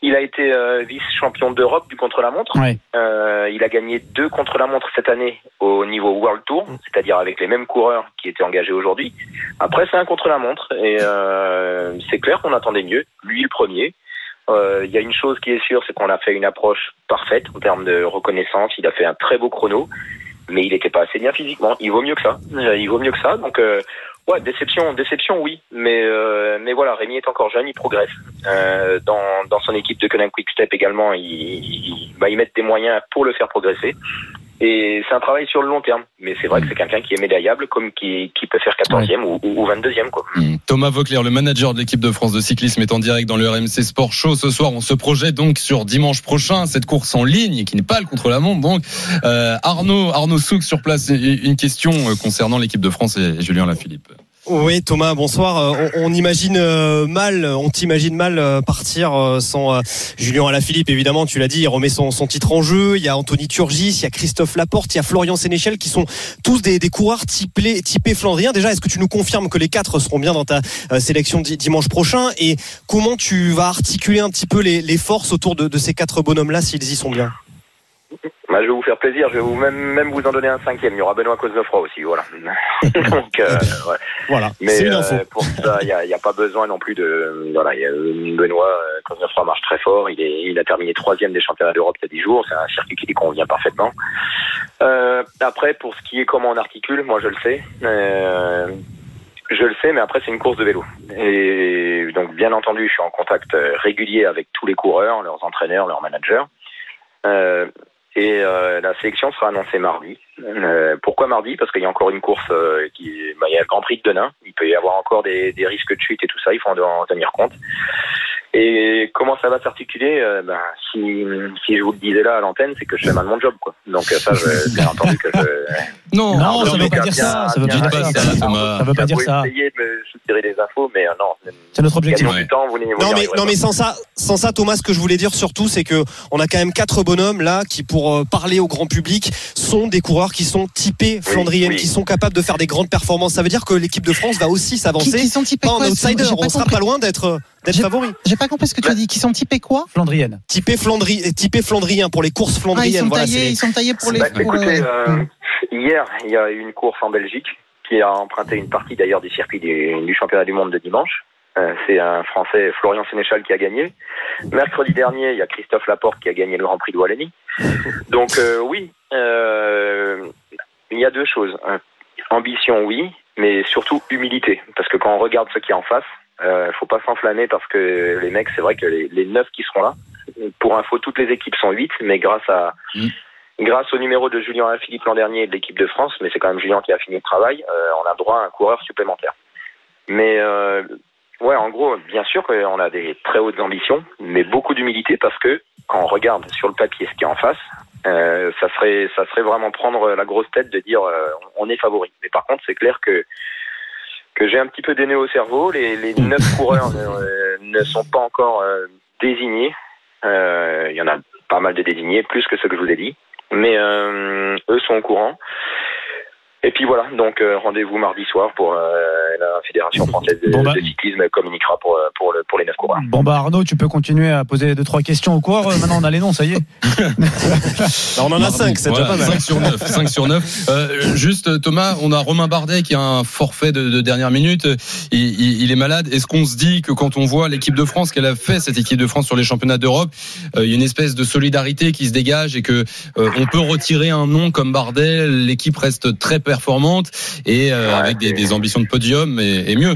Il a été euh, vice-champion d'Europe du contre-la-montre. Ouais. Euh, il a gagné deux contre-la-montre cette année au niveau World Tour, c'est-à-dire avec les mêmes coureurs qui étaient engagés aujourd'hui. Après, c'est un contre-la-montre et euh, c'est clair qu'on attendait mieux. Lui, le premier. Il euh, y a une chose qui est sûre, c'est qu'on a fait une approche parfaite en termes de reconnaissance. Il a fait un très beau chrono, mais il n'était pas assez bien physiquement. Il vaut mieux que ça. Il vaut mieux que ça. Donc, euh, ouais, déception, déception, oui. Mais, euh, mais voilà, Rémi est encore jeune, il progresse. Euh, dans, dans son équipe de Koenig Quick Step également, il, il va y mettre des moyens pour le faire progresser. Et c'est un travail sur le long terme. Mais c'est vrai que c'est quelqu'un qui est médaillable, comme qui, qui peut faire quatorzième ouais. ou, ou vingt-deuxième, quoi. Mmh. Thomas Voeckler, le manager de l'équipe de France de cyclisme, est en direct dans le R M C Sport Show. Ce soir, on se projette donc sur dimanche prochain, cette course en ligne, qui n'est pas le contre-la-montre. Donc, euh, Arnaud, Arnaud Souk sur place, une question concernant l'équipe de France et Julien Lafilippe. Oui, Thomas, bonsoir. On, on imagine mal, on t'imagine mal partir sans Julien Alaphilippe. Évidemment, tu l'as dit, il remet son, son titre en jeu. Il y a Anthony Turgis, il y a Christophe Laporte, il y a Florian Sénéchal qui sont tous des, des coureurs typés, typés flandriens. Déjà, est-ce que tu nous confirmes que les quatre seront bien dans ta sélection di- dimanche prochain? Et comment tu vas articuler un petit peu les, les forces autour de, de ces quatre bonhommes-là s'ils y sont bien? Bah, je vais vous faire plaisir, je vais vous même, même vous en donner un cinquième. Il y aura Benoît Cosnefroy aussi, voilà. Donc, euh, ouais. Voilà. Mais c'est une info. Euh, pour ça, il y a, y a pas besoin non plus de. Voilà, y a, Benoît Cosnefroy marche très fort. Il est, il a terminé troisième des championnats d'Europe il y a dix jours. C'est un circuit qui lui convient parfaitement. Euh, après, pour ce qui est comment on articule, moi je le sais. Euh, Je le sais, mais après c'est une course de vélo. Et donc bien entendu, je suis en contact régulier avec tous les coureurs, leurs entraîneurs, leurs managers. Euh, et euh, la sélection sera annoncée mardi. Euh, pourquoi mardi? Parce qu'il y a encore une course euh, qui, bah, il y a le Grand Prix de Denain. Il peut y avoir encore des, des risques de chute et tout ça. Il faut en tenir compte. Et comment ça va s'articuler? euh, ben, si, si je vous le disais là à l'antenne, c'est que je fais mal mon job, quoi. Donc ça, je, bien entendu que je... Non, non, non ça ne veut pas dire ça. Ça veut pas dire ça. Ça veut pas dire ça. Vous essayez de me soutirer des infos, mais euh, non. C'est notre objectif. Du temps, vous n'y, vous non, mais, non, mais sans ça, sans ça, Thomas, ce que je voulais dire surtout, c'est que on a quand même quatre bonhommes là qui, pour euh, parler au grand public, sont des coureurs qui sont typés flandriennes, oui, oui. qui sont capables de faire des grandes performances. Ça veut dire que l'équipe de France va aussi s'avancer. Qui, qui sont typés pas quoi, en outsider, on sera pas loin d'être. D'être j'ai, favori. J'ai pas compris ce que tu as dit. Qui sont typés quoi? Flandriennes. Typés Flandri, typés flandriens pour les courses flandriennes. Ah, ils sont voilà, taillés, c'est... ils sont taillés pour les. Bah, pour écoutez, le... euh, mmh. hier, il y a eu une course en Belgique qui a emprunté une partie d'ailleurs du circuit du, du championnat du monde de dimanche. Euh, c'est un Français, Florian Sénéchal, qui a gagné. Mercredi dernier, il y a Christophe Laporte qui a gagné le Grand Prix de Wallonie. Donc euh, oui, euh, il y a deux choses. Ambition, oui, mais surtout humilité. Parce que quand on regarde ce qui est en face, euh, faut pas s'enflammer parce que les mecs, c'est vrai que les, les neuf qui seront là, pour info, toutes les équipes sont huit, mais grâce à mmh. grâce au numéro de Julien Alaphilippe l'an dernier de l'équipe de France, mais c'est quand même Julien qui a fini le travail, euh, on a droit à un coureur supplémentaire. Mais euh, ouais, en gros, bien sûr qu'on a des très hautes ambitions, mais beaucoup d'humilité parce que quand on regarde sur le papier ce qui est en face, euh, ça serait ça serait vraiment prendre la grosse tête de dire euh, on est favori. Mais par contre, c'est clair que que j'ai un petit peu des nœuds au cerveau. Les, les neuf coureurs ne, ne sont pas encore euh, désignés. Euh, il y en a pas mal de désignés, plus que ce que je vous ai dit. Mais euh, eux sont au courant. Et puis voilà, donc euh, rendez-vous mardi soir pour euh, la Fédération française de, bon bah. de cyclisme communiquera pour, pour, le, pour les neuf coureurs. Bon bah Arnaud, tu peux continuer à poser deux trois questions aux coureurs. Maintenant on a les noms, ça y est. Alors, on en a cinq, c'est voilà, déjà pas mal. cinq sur neuf. cinq sur neuf. Euh, juste Thomas, on a Romain Bardet qui a un forfait de, de dernière minute. Il, il, il est malade. Est-ce qu'on se dit que quand on voit l'équipe de France qu'elle a fait, cette équipe de France sur les championnats d'Europe, euh, il y a une espèce de solidarité qui se dégage et que euh, on peut retirer un nom comme Bardet, l'équipe reste très performante et euh, ouais, avec des, des ambitions de podium et, et mieux.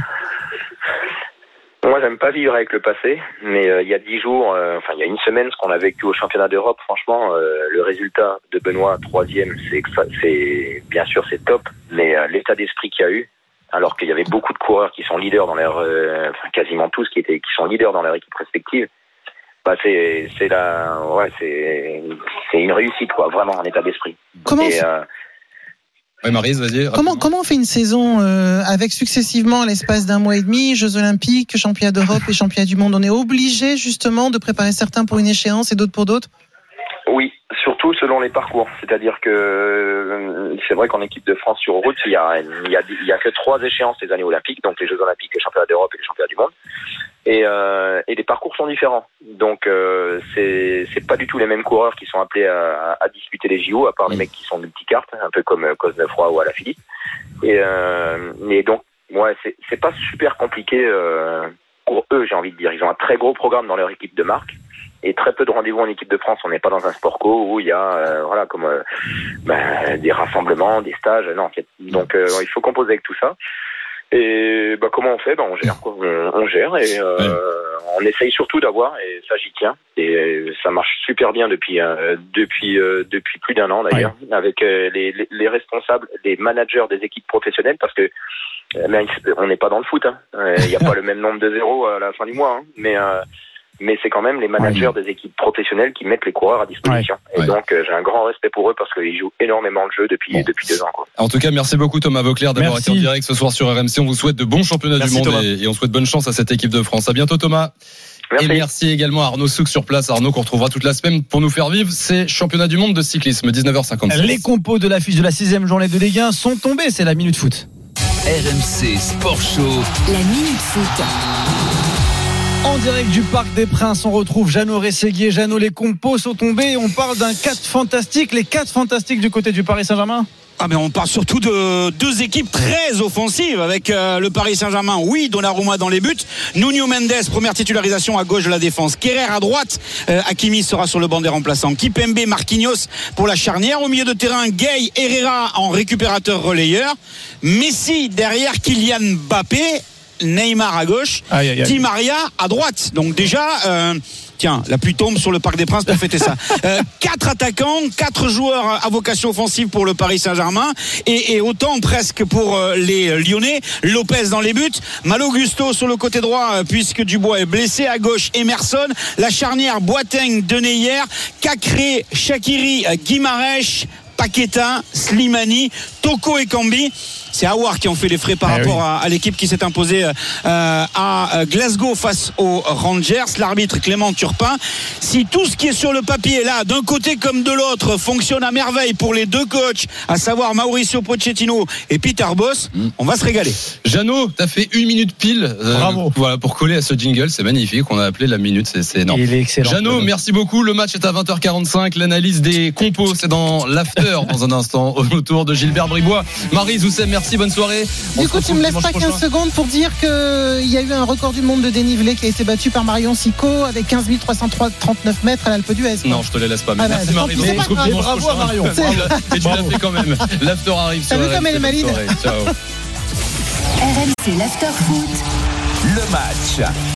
Moi, j'aime pas vivre avec le passé, mais euh, il y a dix jours, euh, enfin il y a une semaine, ce qu'on a vécu au championnat d'Europe, franchement, euh, le résultat de Benoît troisième, c'est, c'est bien sûr c'est top, mais euh, l'état d'esprit qu'il y a eu, alors qu'il y avait beaucoup de coureurs qui sont leaders dans leur, euh, enfin quasiment tous qui étaient, qui sont leaders dans leur équipe respective. Bah c'est, c'est la, ouais, c'est, c'est une réussite quoi, vraiment en état d'esprit. Comment et, euh, Ouais, Maryse, vas-y. Comment, comment on fait une saison euh, avec successivement, à l'espace d'un mois et demi, Jeux Olympiques, Championnats d'Europe et Championnats du Monde? On est obligé justement de préparer certains pour une échéance et d'autres pour d'autres? Oui, surtout selon les parcours. C'est-à-dire que c'est vrai qu'en équipe de France sur route, il y a, il y a, il y a que trois échéances les années olympiques, donc les Jeux Olympiques, les Championnats d'Europe et les Championnats du Monde. Et euh, et les parcours sont différents. Donc euh, c'est c'est pas du tout les mêmes coureurs qui sont appelés à, à disputer les J O, à part les mecs qui sont multicartes, un peu comme Cosnefroy ou Alaphilippe. Et euh, et donc ouais, c'est c'est pas super compliqué euh, pour eux, j'ai envie de dire. Ils ont un très gros programme dans leur équipe de marque. Et très peu de rendez-vous en équipe de France. On n'est pas dans un sport co où il y a, euh, voilà, comme euh, ben, des rassemblements, des stages. Non, donc euh, il faut composer avec tout ça. Et bah, comment on fait? Bah, on gère, quoi. On, on gère et euh, ouais. On essaye surtout d'avoir. Et ça, j'y tiens. Et ça marche super bien depuis euh, depuis euh, depuis plus d'un an d'ailleurs, ouais. avec euh, les, les les responsables, les managers des équipes professionnelles, parce que euh, on n'est pas dans le foot. Hein. Il n'y a pas le même nombre de zéros à la fin du mois, hein. mais euh, mais c'est quand même les managers ouais. des équipes professionnelles qui mettent les coureurs à disposition. Ouais. Et ouais. donc, euh, j'ai un grand respect pour eux parce qu'ils jouent énormément le jeu depuis, bon. depuis deux ans. Quoi. En tout cas, merci beaucoup Thomas Vauclair d'avoir merci. été en direct ce soir sur R M C. On vous souhaite de bons championnats merci, du monde et, et on souhaite bonne chance à cette équipe de France. À bientôt Thomas. Merci. Et merci également à Arnaud Souk sur place. Arnaud qu'on retrouvera toute la semaine pour nous faire vivre ces championnats du monde de cyclisme. dix-neuf heures cinquante-six. Les compos de l'affiche de la sixième journée de Ligue un sont tombés. C'est la Minute Foot. R M C Sport Show. La Minute Foot. En direct du Parc des Princes, on retrouve Jeannot Rességuier. Jeannot, les compos sont tombés. On parle d'un quatre fantastique. Les quatre fantastiques du côté du Paris Saint-Germain. Ah mais on parle surtout de deux équipes très offensives avec euh, le Paris Saint-Germain. Oui, Donnarumma dans les buts. Nuno Mendes, première titularisation à gauche de la défense. Kerrer à droite. Euh, Hakimi sera sur le banc des remplaçants. Kipembe, Marquinhos pour la charnière. Au milieu de terrain, Gueye, Herrera en récupérateur relayeur. Messi derrière Kylian Mbappé. Neymar à gauche, aïe, aïe, aïe. Di Maria à droite. Donc déjà, euh, tiens, la pluie tombe sur le Parc des Princes pour fêter ça. Euh, quatre attaquants, quatre joueurs à vocation offensive pour le Paris Saint-Germain et, et autant presque pour euh, les Lyonnais. Lopez dans les buts, Malo Gusto sur le côté droit euh, puisque Dubois est blessé, à gauche Emerson, la charnière Boateng, Deneyer, Cacré, Shaqiri, Guimarães, Paqueta, Slimani, Toko et Kambi. C'est Aouar qui en fait les frais par eh rapport oui. à, à l'équipe qui s'est imposée euh, à Glasgow face aux Rangers. L'arbitre Clément Turpin. Si tout ce qui est sur le papier là, d'un côté comme de l'autre, fonctionne à merveille pour les deux coachs, à savoir Mauricio Pochettino et Peter Bosz, mmh. on va se régaler. Jeannot, t'as fait une minute pile. Euh, Bravo. Voilà, pour coller à ce jingle, c'est magnifique. On a appelé la minute, c'est, c'est énorme. Il est excellent. Jeannot, merci beaucoup. Le match est à vingt heures quarante-cinq. L'analyse des compos, c'est dans l'after dans un instant autour de Gilbert Bribois. Marie Zoussem, merci. Bonne soirée. On du coup, tu me laisses pas quinze secondes pour dire qu'il y a eu un record du monde de dénivelé qui a été battu par Marion Sicot avec quinze mille trois cent trente-neuf mètres à l'Alpe d'Huez. Non, je te les laisse pas. Ah merci bah, Marie. C'est pas grave. Bravo à Marion. Et tu l'as fait quand même. L'after arrive. T'as vu comme elle est maline. Ciao. R M C l'After Foot. Le match.